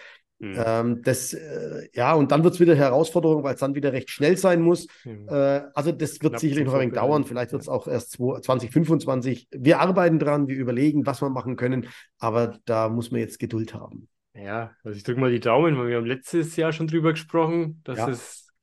Ja, und dann wird es wieder Herausforderung, weil es dann wieder recht schnell sein muss. Also das wird Knapp sicherlich zum noch ein wenig dauern. Vorbereiten. Vielleicht wird es auch erst 2025. Wir arbeiten dran, wir überlegen, was wir machen können, aber da muss man jetzt Geduld haben. Ja, also ich drücke mal die Daumen, weil wir haben letztes Jahr schon drüber gesprochen, dass Ja, es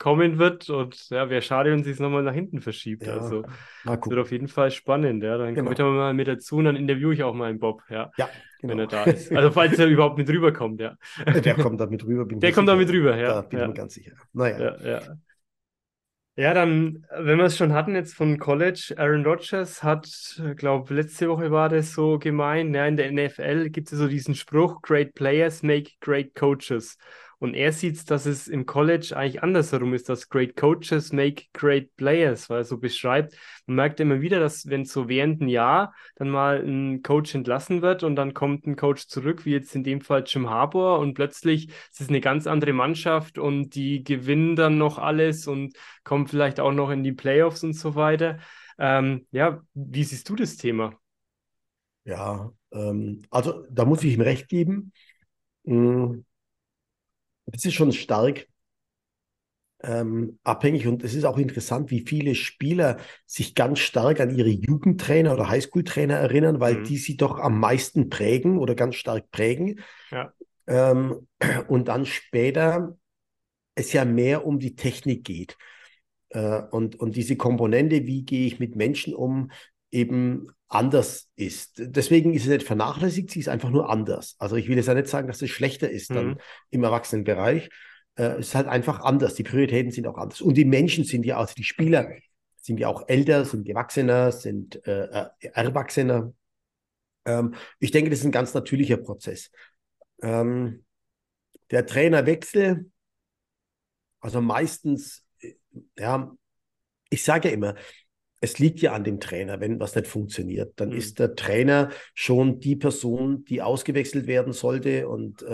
kommen wird. Und ja, wäre schade, wenn sie es nochmal nach hinten verschiebt. Ja, Also mal es wird auf gucken. jeden Fall spannend. Ja, dann komme ich da Genau. mal mit dazu und dann interviewe ich auch mal einen Bob, ja, Ja, wenn er genau. da ist. Also falls er überhaupt mit rüberkommt, ja. Der kommt da mit rüber, bin ich Der mir kommt da sicher. mit Ja. rüber, Da ja, bin ich mir ja, ganz sicher. Naja. ja, ja. Ja, dann, wenn wir es schon hatten jetzt von College, Aaron Rodgers hat, glaube letzte Woche war das so gemeint, ja, in der NFL gibt es so diesen Spruch, Great Players make great coaches. Und er sieht, dass es im College eigentlich andersherum ist, dass Great Coaches make great players, weil er so beschreibt. Man merkt immer wieder, dass wenn so während ein Jahr dann mal ein Coach entlassen wird und dann kommt ein Coach zurück, wie jetzt in dem Fall Jim Harbaugh, und plötzlich ist es eine ganz andere Mannschaft und die gewinnen dann noch alles und kommen vielleicht auch noch in die Playoffs und so weiter. Ja, wie siehst du das Thema? Ja, also da muss ich ihm recht geben. Mm, Das ist schon stark abhängig und es ist auch interessant, wie viele Spieler sich ganz stark an ihre Jugendtrainer oder Highschool-Trainer erinnern, weil Mhm. die sie doch am meisten prägen oder ganz stark prägen. Ja. Ähm, und dann später es ja mehr um die Technik geht. Und diese Komponente, wie gehe ich mit Menschen um, eben anders ist. Deswegen ist es nicht vernachlässigt, sie ist einfach nur anders. Also ich will jetzt ja nicht sagen, dass es schlechter ist dann Mhm. im Erwachsenenbereich. Es ist halt einfach anders. Die Prioritäten sind auch anders. Und die Menschen sind ja, also die Spieler sind ja auch älter, sind gewachsener, sind erwachsener. Ich denke, das ist ein ganz natürlicher Prozess. Ähm, der Trainerwechsel, also meistens, ja, ich sage ja immer, es liegt ja an dem Trainer, wenn was nicht funktioniert. Dann Mhm. ist der Trainer schon die Person, die ausgewechselt werden sollte.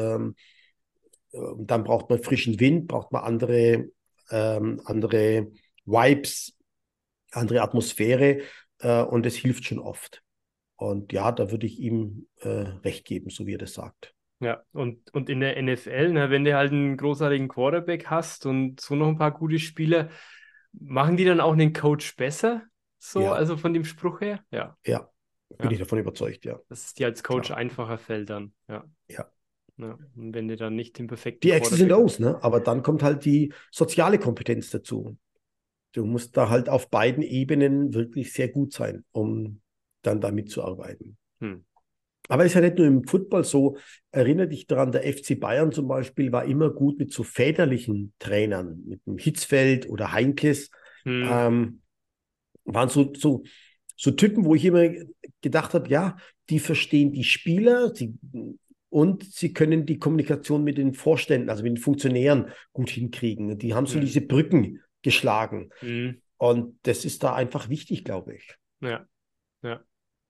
Und dann braucht man frischen Wind, braucht man andere Vibes, andere Atmosphäre. Und es hilft schon oft. Und ja, da würde ich ihm recht geben, so wie er das sagt. Ja, und in der NFL, ne, wenn du halt einen großartigen Quarterback hast und so noch ein paar gute Spieler, machen die dann auch den Coach besser? So, Ja, also von dem Spruch her? Ja, ja, bin ich ja. davon überzeugt, ja, Dass es dir als Coach klar. einfacher fällt dann. Ja, Ja. ja. Und wenn du dann nicht den perfekten Die X's sind Quarterback hast. O's, ne? Aber dann kommt halt die soziale Kompetenz dazu. Du musst da halt auf beiden Ebenen wirklich sehr gut sein, um dann damit zu arbeiten. Hm. Aber es ist ja nicht nur im Football so. Erinnere dich daran, der FC Bayern zum Beispiel war immer gut mit so väterlichen Trainern, mit dem Hitzfeld oder Heinkes. Hm. Ähm, waren so Typen, wo ich immer gedacht habe, ja, die verstehen die Spieler und sie können die Kommunikation mit den Vorständen, also mit den Funktionären gut hinkriegen. Die haben so Hm. diese Brücken geschlagen. Hm. Und das ist da einfach wichtig, glaube ich. Ja, ja.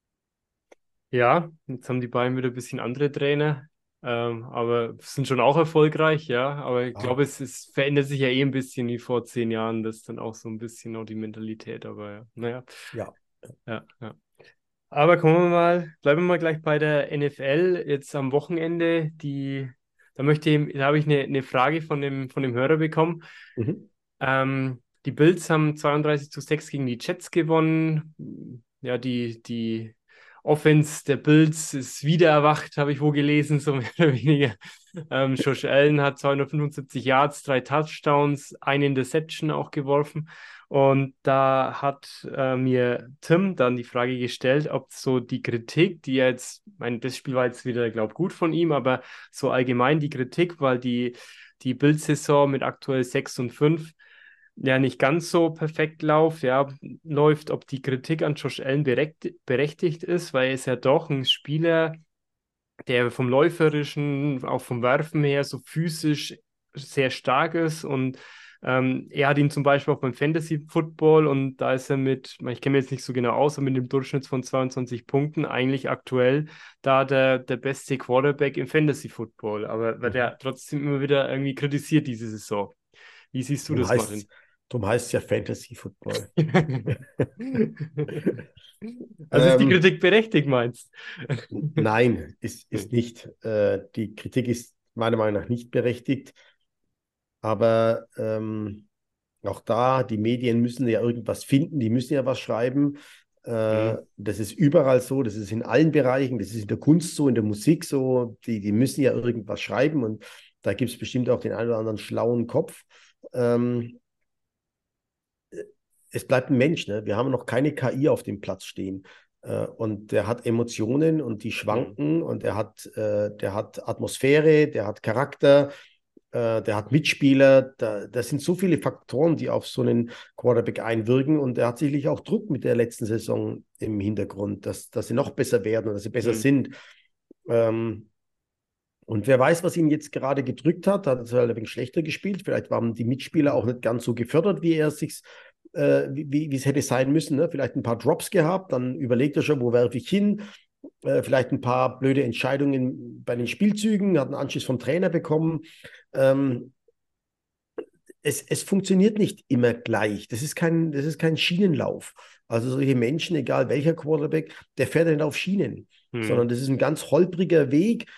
Ja, jetzt haben die Bayern wieder ein bisschen andere Trainer, aber sind schon auch erfolgreich, ja. Aber ich Ja, glaube, es verändert sich ja eh ein bisschen wie vor 10 Jahren, das ist dann auch so ein bisschen auch die Mentalität, aber ja, naja, ja. ja, ja. Aber bleiben wir mal gleich bei der NFL. Jetzt am Wochenende, da habe ich eine Frage von dem Hörer bekommen. Mhm. Die Bills haben 32-6 gegen die Jets gewonnen. Ja, die Offense der Bills ist wieder erwacht, habe ich wo gelesen, so mehr oder weniger. Josh Allen hat 275 Yards, 3 Touchdowns, eine Interception auch geworfen. Und da hat mir Tim dann die Frage gestellt, ob so die Kritik, die jetzt, ich meine, das Spiel war jetzt wieder, glaube ich, gut von ihm, aber so allgemein die Kritik, weil die Bild-Saison mit aktuell 6-5 ja nicht ganz so perfekt läuft, ob die Kritik an Josh Allen berechtigt ist, weil er ist ja doch ein Spieler, der vom Läuferischen, auch vom Werfen her, so physisch sehr stark ist. Und er hat ihn zum Beispiel auch beim Fantasy Football, und da ist er ich kenne mich jetzt nicht so genau aus, aber mit dem Durchschnitt von 22 Punkten eigentlich aktuell da der beste Quarterback im Fantasy Football. Aber wird Mhm. er trotzdem immer wieder irgendwie kritisiert diese Saison. Wie siehst du Darum das, heißt Martin? darum heißt es ja Fantasy Football. Also ist die Ähm, Kritik berechtigt, meinst? nein, ist nicht. Die Kritik ist meiner Meinung nach nicht berechtigt. Aber auch da, die Medien müssen ja irgendwas finden, die müssen ja was schreiben. Hm. Das ist überall so, das ist in allen Bereichen, das ist in der Kunst so, in der Musik so. Die müssen ja irgendwas schreiben und da gibt es bestimmt auch den einen oder anderen schlauen Kopf. es bleibt ein Mensch, ne? Wir haben noch keine KI auf dem Platz stehen. Und der hat Emotionen und die Hm. schwanken und der hat Atmosphäre, der hat Charakter, der hat Mitspieler. Das sind so viele Faktoren, die auf so einen Quarterback einwirken und er hat sicherlich auch Druck mit der letzten Saison im Hintergrund, dass sie noch besser werden und dass sie besser Hm. sind. Ähm, und wer weiß, was ihn jetzt gerade gedrückt hat, hat er halt ein wenig schlechter gespielt. Vielleicht waren die Mitspieler auch nicht ganz so gefördert, wie er sich, wie es hätte sein müssen. Ne? Vielleicht ein paar Drops gehabt, dann überlegt er schon, wo werfe ich hin. Vielleicht ein paar blöde Entscheidungen bei den Spielzügen, hat einen Anschluss vom Trainer bekommen. Ähm, es funktioniert nicht immer gleich. Das ist kein Schienenlauf. Also solche Menschen, egal welcher Quarterback, der fährt ja nicht auf Schienen, Hm. sondern das ist ein ganz holpriger Weg,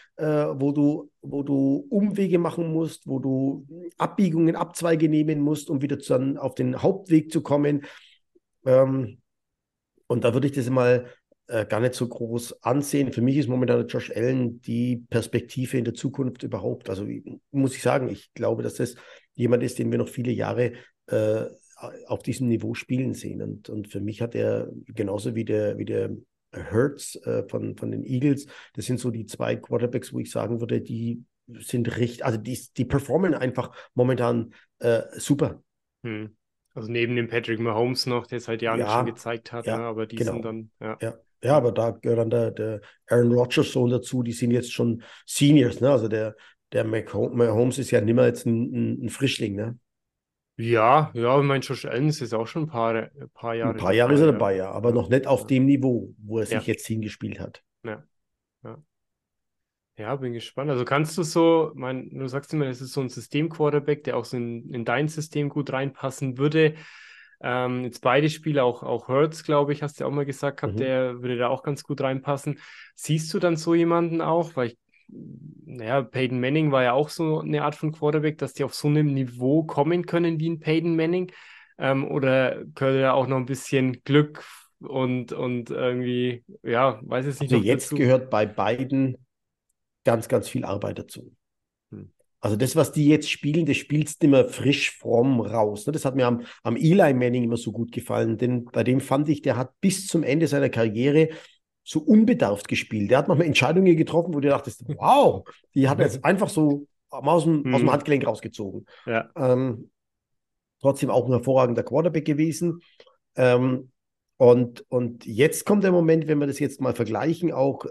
wo du Umwege machen musst, wo du Abbiegungen, Abzweige nehmen musst, um wieder dann auf den Hauptweg zu kommen. Ähm, und da würde ich das mal gar nicht so groß ansehen. Für mich ist momentan Josh Allen die Perspektive in der Zukunft überhaupt. Also muss ich sagen, ich glaube, dass das jemand ist, den wir noch viele Jahre äh, auf diesem Niveau spielen sehen. Und für mich hat er genauso wie der Hurts von den Eagles, das sind so die zwei Quarterbacks, wo ich sagen würde, die sind richtig, also die performen einfach momentan super. Hm. Also neben dem Patrick Mahomes noch, der seit Jahren schon Ja, gezeigt hat, ne? ja, Aber die sind genau. dann, ja, Ja, ja, ja. aber da gehört dann der Aaron Rodgers Sohn dazu, die sind jetzt schon Seniors, ne? Also der Mahomes ist ja nicht mehr jetzt ein Frischling, ne? Ja, ja, ich meine, Josh Allen ist jetzt auch schon ein paar Ein Jahre paar Jahre ist er dabei, ja. dabei, ja, aber Ja, noch nicht auf ja, dem Niveau, wo er sich ja, jetzt hingespielt hat. ja, ja. Ja, bin gespannt. Also kannst du so, mein, du sagst immer, es ist so ein System-Quarterback, der auch so in dein System gut reinpassen würde. Jetzt beide Spiele, auch Hurts, glaube ich, hast du ja auch mal gesagt gehabt, Mhm. der würde da auch ganz gut reinpassen. Siehst du dann so jemanden auch? Weil ich, naja, Peyton Manning war ja auch so eine Art von Quarterback, dass die auf so einem Niveau kommen können wie ein Peyton Manning. Oder gehört da auch noch ein bisschen Glück und irgendwie, ja, weiß jetzt nicht Also noch jetzt dazu. gehört bei beiden ganz viel Arbeit dazu. Hm. Also das, was die jetzt spielen, das spielst du immer frisch fromm raus. Ne? Das hat mir am Eli Manning immer so gut gefallen, denn bei dem fand ich, der hat bis zum Ende seiner Karriere so unbedarft gespielt. Der hat manchmal Entscheidungen getroffen, wo du dachtest, wow, die hat er jetzt einfach so aus dem Hm. Handgelenk rausgezogen. Ja. Ähm, Trotzdem auch ein hervorragender Quarterback gewesen. Ähm, und jetzt kommt der Moment, wenn wir das jetzt mal vergleichen, auch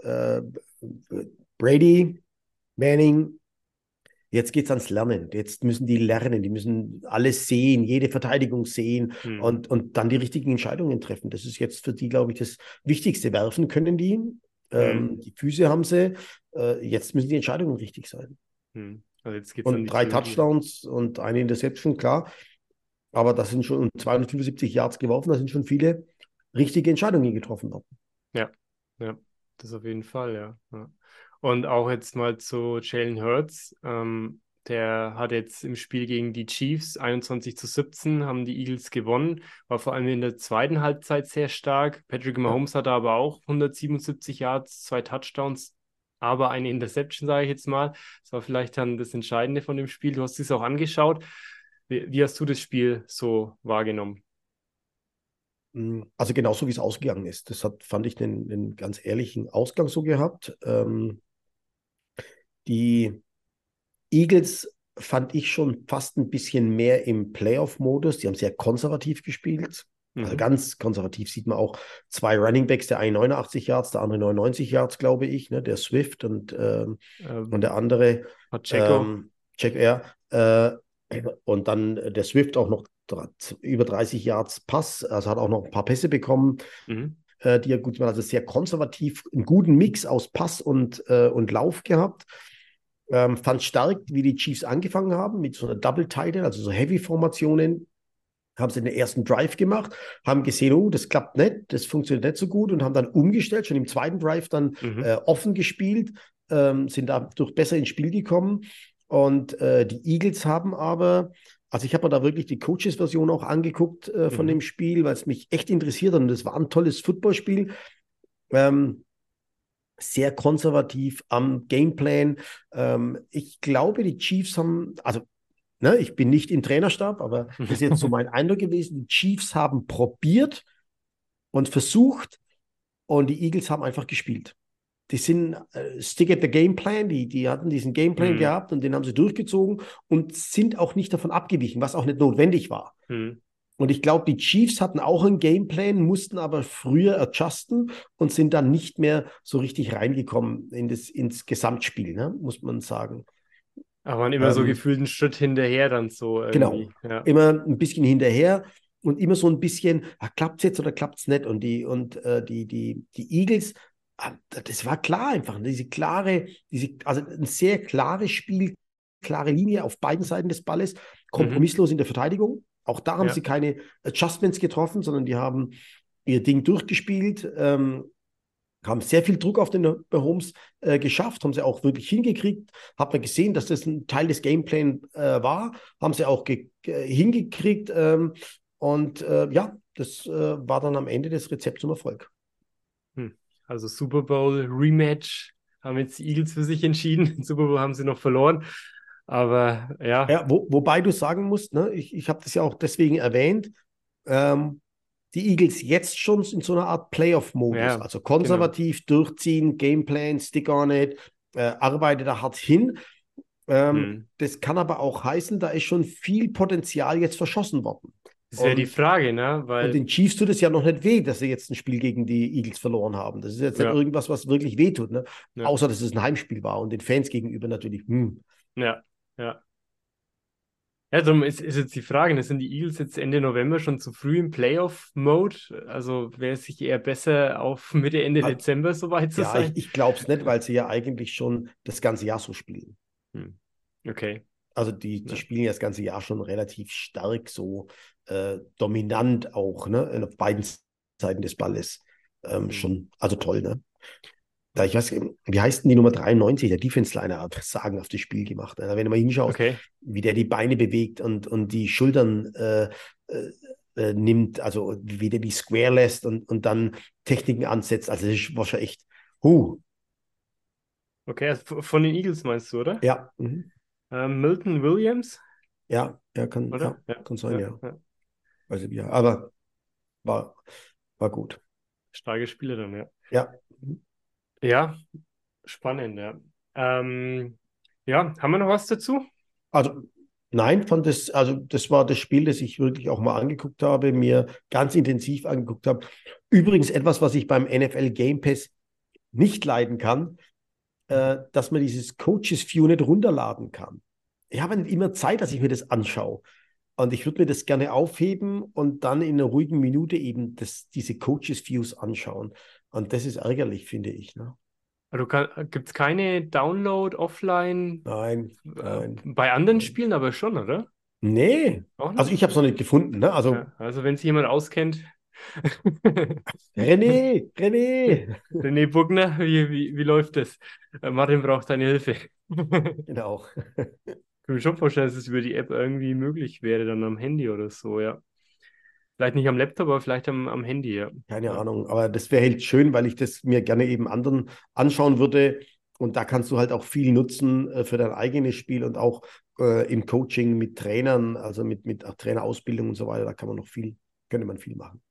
Brady, Manning, jetzt geht es ans Lernen. Jetzt müssen die lernen, die müssen alles sehen, jede Verteidigung sehen Hm. und dann die richtigen Entscheidungen treffen. Das ist jetzt für die, glaube ich, das Wichtigste. Werfen können die, Hm. die Füße haben sie, jetzt müssen die Entscheidungen richtig sein. Hm. Also jetzt geht's an Und die drei Theorie. Touchdowns und eine Interception, klar, aber das sind schon 275 Yards geworfen, da sind schon viele richtige Entscheidungen getroffen worden. Ja, ja, das auf jeden Fall, ja. Ja. Und auch jetzt mal zu Jalen Hurts. Der hat jetzt im Spiel gegen die Chiefs 21-17, haben die Eagles gewonnen, war vor allem in der zweiten Halbzeit sehr stark. Patrick Ja. Mahomes hatte aber auch 177 Yards, zwei Touchdowns, aber eine Interception, sage ich jetzt mal. Das war vielleicht dann das Entscheidende von dem Spiel. Du hast es auch angeschaut. Wie hast du das Spiel so wahrgenommen? Also genauso wie es ausgegangen ist. Fand ich einen ganz ehrlichen Ausgang so gehabt. Die Eagles fand ich schon fast ein bisschen mehr im Playoff-Modus. Die haben sehr konservativ gespielt. Also Mhm. ganz konservativ sieht man auch zwei Running Backs, der eine 89 Yards, der andere 99 Yards, glaube ich, ne? Der Swift und der Ähm, andere Pacheco. Jack Air. Und dann der Swift auch noch über 30 Yards Pass, also hat auch noch ein paar Pässe bekommen, Mhm. die er gut macht. Also sehr konservativ, einen guten Mix aus Pass und Lauf gehabt. Fand stark, wie die Chiefs angefangen haben mit so einer Double Tight End, also so Heavy-Formationen. Haben sie den ersten Drive gemacht, haben gesehen, oh, das klappt nicht, das funktioniert nicht so gut und haben dann umgestellt, schon im zweiten Drive dann Mhm. offen gespielt, sind dadurch besser ins Spiel gekommen. Und die Eagles haben aber, also ich habe mir da wirklich die Coaches-Version auch angeguckt von dem Mhm. Spiel, weil es mich echt interessiert hat und es war ein tolles Footballspiel. Ähm, Sehr konservativ am Gameplan. Ich glaube, die Chiefs haben, also ne, ich bin nicht im Trainerstab, aber das ist jetzt so mein Eindruck gewesen. Die Chiefs haben probiert und versucht und die Eagles haben einfach gespielt. Die sind stick at the game plan, die hatten diesen Gameplan Hm. gehabt und den haben sie durchgezogen und sind auch nicht davon abgewichen, was auch nicht notwendig war. Hm. Und ich glaube, die Chiefs hatten auch einen Gameplan, mussten aber früher adjusten und sind dann nicht mehr so richtig reingekommen ins Gesamtspiel, ne, muss man sagen. Aber man immer so Ähm, gefühlt einen Schritt hinterher dann so genau, irgendwie. Ja. immer ein bisschen hinterher und immer so ein bisschen, klappt es jetzt oder klappt es nicht? Die Eagles, das war klar einfach, also ein sehr klares Spiel, klare Linie auf beiden Seiten des Balles, Mhm. kompromisslos in der Verteidigung. Auch da haben Ja. sie keine Adjustments getroffen, sondern die haben ihr Ding durchgespielt, haben sehr viel Druck auf den Mahomes geschafft, haben sie auch wirklich hingekriegt. Hat man gesehen, dass das ein Teil des Gameplans war, haben sie auch hingekriegt. Ja, das war dann am Ende das Rezept zum Erfolg. Hm. Also Super Bowl Rematch haben jetzt die Eagles für sich entschieden. Super Bowl haben sie noch verloren. Aber ja, Ja, wobei du sagen musst, ne, ich habe das ja auch deswegen erwähnt, ähm, die Eagles jetzt schon in so einer Art Playoff-Modus, ja, also genau. konservativ durchziehen, Gameplan, stick on it, arbeite da hart hin. Hm. Das kann aber auch heißen, da ist schon viel Potenzial jetzt verschossen worden. Das wäre die Und, Frage, ne? und Weil, den Chiefs tut es ja noch nicht weh, dass sie jetzt ein Spiel gegen die Eagles verloren haben. Das ist jetzt nicht ja, irgendwas, was wirklich weh tut, ne? ja, Außer, dass es ein Heimspiel war und den Fans gegenüber natürlich. ja, ja. Ja, darum ist jetzt die Frage, ne, sind die Eagles jetzt Ende November schon zu früh im Playoff-Mode? Also wäre es sich eher besser, auf Mitte, Ende Ah, Dezember soweit zu ja, ich, sein? ich glaube es nicht, weil sie ja eigentlich schon das ganze Jahr so spielen. Hm. Okay. Also die Ja. spielen ja das ganze Jahr schon relativ stark, so dominant auch, ne? Auf beiden Seiten des Balles. Hm. Schon, also toll, ne? Da ich weiß, wie heißt denn die Nummer 93, der Defense-Liner, hat sagenhaftes Spiel gemacht. Ne? Wenn du mal hinschaust, Okay. wie der die Beine bewegt und die Schultern nimmt, also wie der die square lässt und dann Techniken ansetzt. Also das war schon echt, Okay, also von den Eagles meinst du, oder? ja, Milton Williams, ja, oder? Ja, kann sein, ja, ja. ja. Also ja, aber war, war gut. Starke Spieler dann, ja. Ja. Ja, spannend, ja. Ja, haben wir noch was dazu? Also nein, also das war das Spiel, das ich wirklich auch mal angeguckt habe, mir ganz intensiv angeguckt habe. Übrigens etwas, was ich beim NFL Game Pass nicht leiden kann, dass man dieses Coaches View nicht runterladen kann. Ich habe nicht immer Zeit, dass ich mir das anschaue. Und ich würde mir das gerne aufheben und dann in einer ruhigen Minute eben diese Coaches Views anschauen. Und das ist ärgerlich, finde ich. Ne? Gibt es keine Download offline Nein, nein, bei anderen nein. Spielen, aber schon, oder? Nee, Auch also nicht? ich habe es noch nicht gefunden. Ne? Also Ja, also wenn sich jemand auskennt. René. René Bugner, wie läuft das? Martin braucht deine Hilfe. Genau. Ich kann mir schon vorstellen, dass es über die App irgendwie möglich wäre, dann am Handy oder so, ja. Vielleicht nicht am Laptop, aber vielleicht am Handy, ja. Keine Ja. Ahnung, aber das wäre halt schön, weil ich das mir gerne eben anderen anschauen würde. Und da kannst du halt auch viel nutzen für dein eigenes Spiel und auch im Coaching mit Trainern, also mit Trainerausbildung und so weiter. Da kann man noch viel, könnte man viel machen.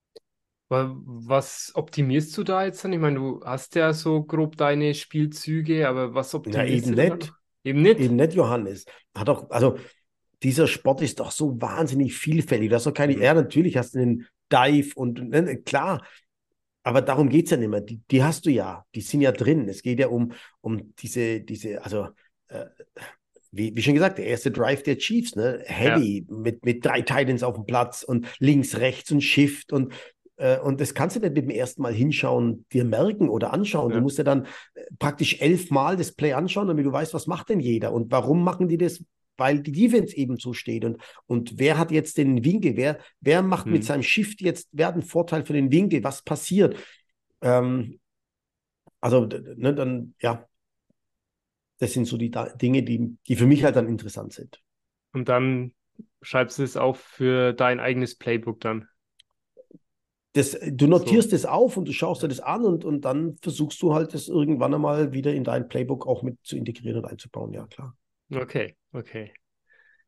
Was optimierst du da jetzt dann? Ich meine, du hast ja so grob deine Spielzüge, aber was Na, optimierst du denn da noch? eben Eben nicht. nicht, Johannes. Hat auch, also dieser Sport ist doch so wahnsinnig vielfältig. Du hast doch keine, Mhm. ja, natürlich hast du einen Dive und ne, klar, aber darum geht es ja nicht mehr. Die hast du ja, die sind ja drin. Es geht ja um also wie schon gesagt, der erste Drive der Chiefs, ne? Ja, Heavy, mit drei Titans auf dem Platz und links, rechts und Shift und das kannst du nicht mit dem ersten Mal hinschauen, dir merken oder anschauen. Du ja. musst ja dann praktisch 11 Mal das Play anschauen, damit du weißt, was macht denn jeder und warum machen die das? Weil die Defense eben so steht und wer hat jetzt den Winkel? Wer macht mit Hm. seinem Shift jetzt, wer hat einen Vorteil für den Winkel? Was passiert? Ähm, also, ne, dann, ja, das sind so die Dinge, die für mich halt dann interessant sind. Und dann schreibst du es auf für dein eigenes Playbook dann. Du So. notierst es auf und du schaust dir das an und dann versuchst du halt das irgendwann einmal wieder in dein Playbook auch mit zu integrieren und einzubauen, ja klar. Okay, okay.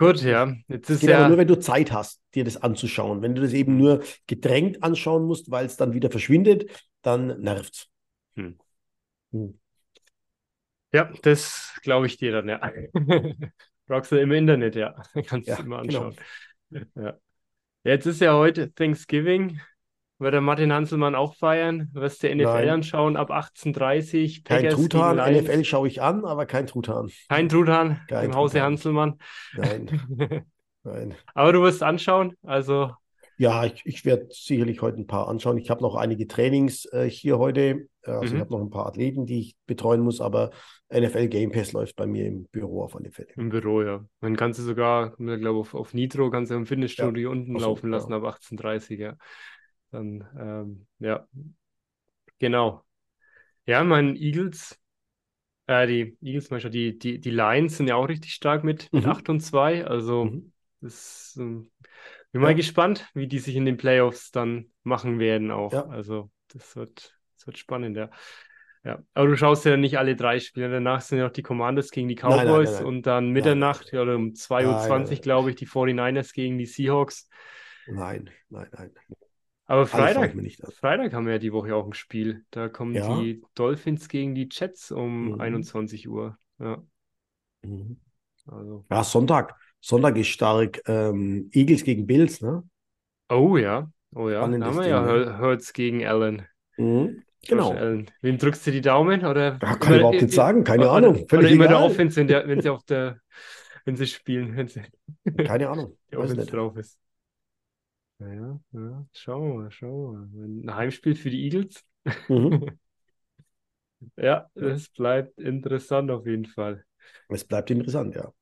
Gut, ja. Jetzt Es ist geht aber nur, ja, wenn du Zeit hast, dir das anzuschauen. Wenn du das eben nur gedrängt anschauen musst, weil es dann wieder verschwindet, dann nervt's. hm. Hm. Ja, das glaube ich dir dann, ja. Brauchst du im Internet, ja. Kannst du Ja, immer genau. anschauen. Ja. Jetzt ist ja heute Thanksgiving. Wird der Martin Hanselmann auch feiern? Wirst du NFL Nein, anschauen ab 18:30 kein Packers gegen Truthahn. NFL Lions? schaue ich an, aber kein Truthahn. Kein Truthahn Kein im Hause Truthahn. Hanselmann. Nein, nein. Aber du wirst anschauen. Also, Ja, ich werde sicherlich heute ein paar anschauen. Ich habe noch einige Trainings hier heute. Also ich habe mhm. noch ein paar Athleten, die ich betreuen muss, aber NFL Game Pass läuft bei mir im Büro auf alle Fälle. Im Büro, ja. Dann kannst du sogar, ich glaube, auf Nitro kannst du im Ja, Fitnessstudio unten ach so, laufen lassen ja. ab 18:30, ja. Dann, ja, genau. Ja, mein Eagles, die Eagles, manchmal, die Lions sind ja auch richtig stark mit Mhm. 8-2. Also, Mhm. das, bin mal Ja, gespannt, wie die sich in den Playoffs dann machen werden auch. ja. Also, das wird spannend, ja. Ja, aber du schaust ja nicht alle drei Spiele. Danach sind ja noch die Commanders gegen die Nein, nein, nein, Cowboys nein. und dann Nein, nein, Mitternacht, ja, oder um zwei Uhr nein, nein, zwanzig nein, glaube ich, die 49ers gegen die Seahawks. nein, nein, nein. Aber Alles schaue ich Freitag, mir nicht an. Freitag haben wir ja die Woche auch ein Spiel. Da kommen Ja. die Dolphins gegen die Jets um Mhm. 21 Uhr. Ja, Mhm. also. Ja, Sonntag. Sonntag ist stark. Eagles gegen Bills, ne? Oh ja, oh ja, da haben Spannendes wir ja Ding, ne? Hurts gegen Allen. Mhm. Josh Genau. Allen. Wem drückst du die Daumen? Oder Ja, kann ich immer, überhaupt nicht sagen. Keine Ahnung. oder Völlig immer der egal. Offense, wenn sie wenn sie spielen, wenn sie Keine Ahnung. die Weiß Offense nicht. drauf ist. Ja, ja, schauen wir mal. Ein Heimspiel für die Eagles. Mhm. Ja, Ja. es bleibt interessant auf jeden Fall. Es bleibt interessant, ja.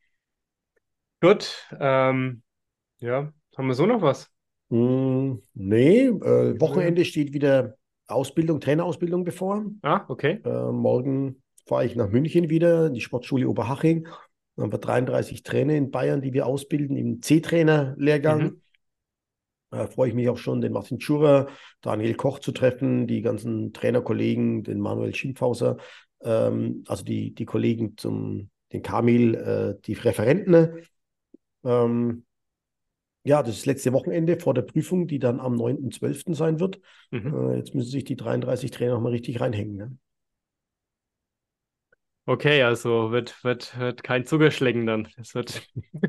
Gut, ja, haben wir so noch was? Nee, Ja. Wochenende steht wieder Ausbildung, Trainerausbildung bevor. Ah, okay. Morgen fahre ich nach München wieder, in die Sportschule Oberhaching. Da haben wir 33 Trainer in Bayern, die wir ausbilden im C-Trainer-Lehrgang. Mhm. Freue ich mich auch schon, den Martin Schurer, Daniel Koch zu treffen, die ganzen Trainerkollegen, den Manuel Schimpfhauser, also die Kollegen den Kamil, die Referenten. Ähm, ja, das ist das letzte Wochenende vor der Prüfung, die dann am 9.12. sein wird. Mhm. Jetzt müssen sich die 33 Trainer noch mal richtig reinhängen. Ne? Okay, also wird kein Zuckerschlecken dann. Es wird.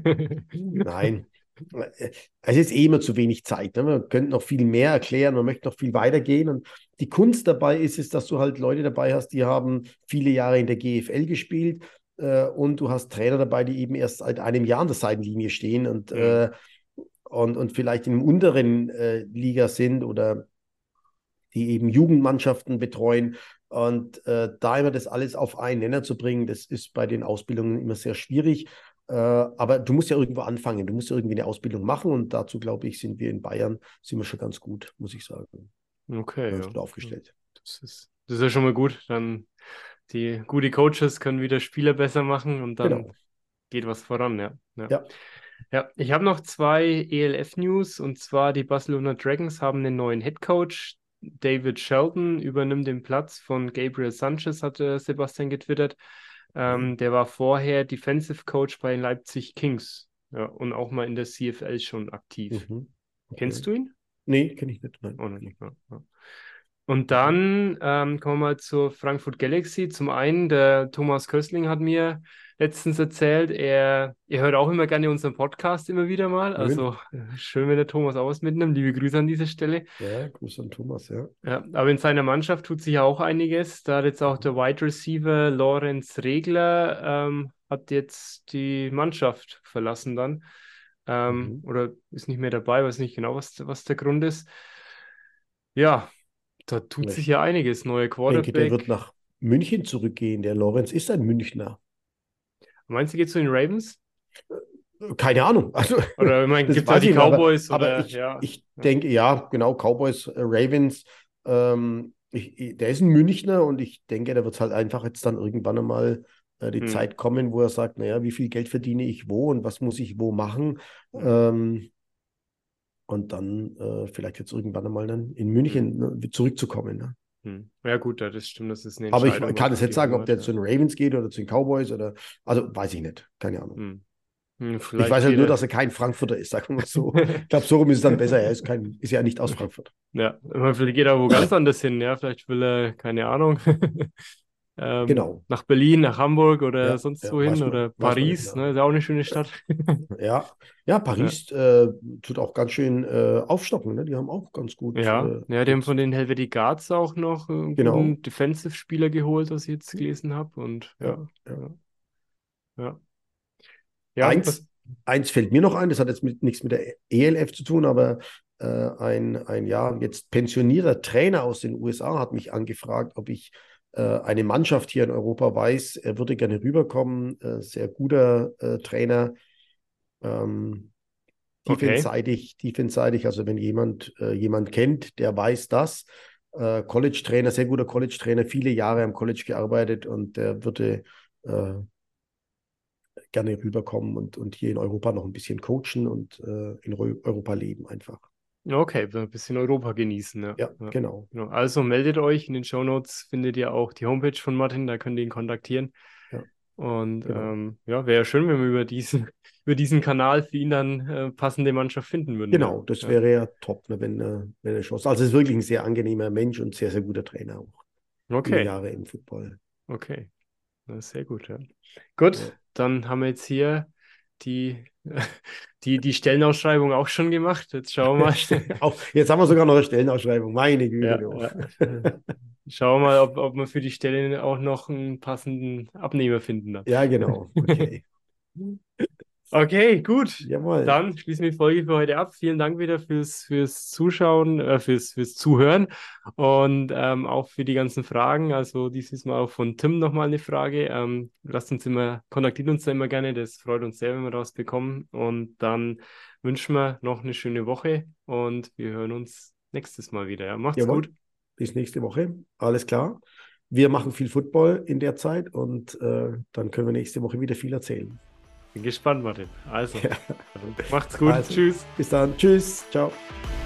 Nein, es ist eh immer zu wenig Zeit. Ne? Man könnte noch viel mehr erklären, man möchte noch viel weitergehen. Und die Kunst dabei ist es, dass du halt Leute dabei hast, die haben viele Jahre in der GFL gespielt und du hast Trainer dabei, die eben erst seit einem Jahr an der Seitenlinie stehen Hm. und vielleicht in einem unteren Liga sind oder die eben Jugendmannschaften betreuen. Und da immer das alles auf einen Nenner zu bringen, das ist bei den Ausbildungen immer sehr schwierig. Aber du musst ja irgendwo anfangen. Du musst ja irgendwie eine Ausbildung machen. Und dazu, glaube ich, sind wir in Bayern, sind wir schon ganz gut, muss ich sagen. Okay, Ganz ja. gut aufgestellt. Das ist ja schon mal gut. Dann die gute Coaches können wieder Spieler besser machen und dann Genau. geht was voran, ja. Ja, Ja. ja, ich habe noch zwei ELF-News und zwar die Barcelona Dragons haben einen neuen Head Coach. David Shelton übernimmt den Platz von Gabriel Sanchez, hatte Sebastian getwittert. Okay. Der war vorher Defensive Coach bei Leipzig Kings, ja, und auch mal in der CFL schon aktiv. Mhm. Kennst Okay. du ihn? Nee, kenne ich nicht. Nein, Oh kenn nein. ich Ja, nicht. ja. Und Mhm. dann kommen wir mal zur Frankfurt Galaxy. Zum einen, der Thomas Köstling hat mir letztens erzählt, er hört auch immer gerne unseren Podcast immer wieder mal. Schön. Also schön, wenn der Thomas auch was mitnimmt. Liebe Grüße an dieser Stelle. Ja, Gruß an Thomas, ja. Ja, aber in seiner Mannschaft tut sich ja auch einiges. Da hat jetzt auch der Mhm. Wide Receiver Lorenz Regler hat jetzt die Mannschaft verlassen dann. Mhm. Oder ist nicht mehr dabei, weiß nicht genau, was der Grund ist. Ja, da tut sich Ich ja einiges. Neuer denke, der wird Quarterback. nach München zurückgehen. Der Lorenz ist ein Münchner. Meinst du, geht zu den Ravens? Keine Ahnung. Also, Oder ich meine, das gibt es auch weiß die ich nicht, Cowboys aber oder ja. ich Ja. denke, ja, genau, Cowboys, Ravens, der ist ein Münchner und ich denke, da wird es halt einfach jetzt dann irgendwann einmal die Hm, Zeit kommen, wo er sagt, naja, wie viel Geld verdiene ich wo und was muss ich wo machen? hm, Ähm, und dann vielleicht jetzt irgendwann einmal dann in hm, München zurückzukommen. Ne? Ja, gut, ja, das stimmt. Das ist eine Aber ich Entscheidung, kann was es er nicht sagen, genommen ob hat. der Ja. zu den Ravens geht oder zu den Cowboys oder, also weiß ich nicht, keine Ahnung. Hm. Ich weiß Vielleicht halt nur, wieder. dass er kein Frankfurter ist, sagen wir mal so. Ich glaube, so rum ist es dann besser. Er ist ja nicht aus Frankfurt. Ja, vielleicht geht er wo ganz anders hin, ja. Vielleicht will er, keine Ahnung, Genau. nach Berlin, nach Hamburg oder Ja, sonst ja, wohin oder weiß man nicht Paris, ne? genau. Ist ja auch eine schöne Stadt. Ja, ja, Ja. Paris tut auch ganz schön aufstocken. Ne? Die haben auch ganz gut Ja, die haben von jetzt. den Helvetic auch noch einen Genau. guten Defensive-Spieler geholt, was ich jetzt gelesen habe. Und Ja, ja, ja. ja, ja. Ja, was? Eins fällt mir noch ein, das hat jetzt nichts mit der ELF zu tun, aber ein ja, jetzt pensionierter Trainer aus den USA hat mich angefragt, ob ich eine Mannschaft hier in Europa weiß. Er würde gerne rüberkommen. Sehr guter Trainer. Ähm, Okay. Defense-seitig, also wenn jemand kennt, der weiß das. College-Trainer, sehr guter College-Trainer, viele Jahre am College gearbeitet und der würde äh, gerne rüberkommen und hier in Europa noch ein bisschen coachen und in Europa leben einfach. Okay, ein bisschen Europa genießen, ja. Ja, Ja. genau. Genau. Also meldet euch, in den Shownotes findet ihr auch die Homepage von Martin, da könnt ihr ihn kontaktieren. Ja, Und genau. ja, wäre ja schön, wenn wir über über diesen Kanal für ihn dann passende Mannschaft finden würden, ja. Genau, das Ja. wäre ja top, ne, wenn er Chance. Also es ist wirklich ein sehr angenehmer Mensch und sehr, sehr guter Trainer auch. Viele Okay, Jahre im Football. okay. Das ist sehr gut, ja. Gut, Ja. dann haben wir jetzt hier die, die Stellenausschreibung auch schon gemacht. Jetzt schauen wir mal. Auch, jetzt haben wir sogar noch eine Stellenausschreibung. Meine Güte, Ja, du. ja. Schauen wir mal, ob wir für die Stelle auch noch einen passenden Abnehmer finden dann. Ja, genau. Okay. Okay, gut. Jawohl. Dann schließen wir die Folge für heute ab. Vielen Dank wieder fürs Zuschauen, fürs Zuhören und auch für die ganzen Fragen. Also dieses Mal auch von Tim nochmal eine Frage. Kontaktiert uns da immer gerne. Das freut uns sehr, wenn wir das bekommen. Und dann wünschen wir noch eine schöne Woche und wir hören uns nächstes Mal wieder. Ja, macht's Jawohl. gut. Bis nächste Woche. Alles klar. Wir machen viel Football in der Zeit und dann können wir nächste Woche wieder viel erzählen. Bin gespannt, Martin. Also, Ja. macht's gut. Also, Tschüss. bis dann. Tschüss. Ciao.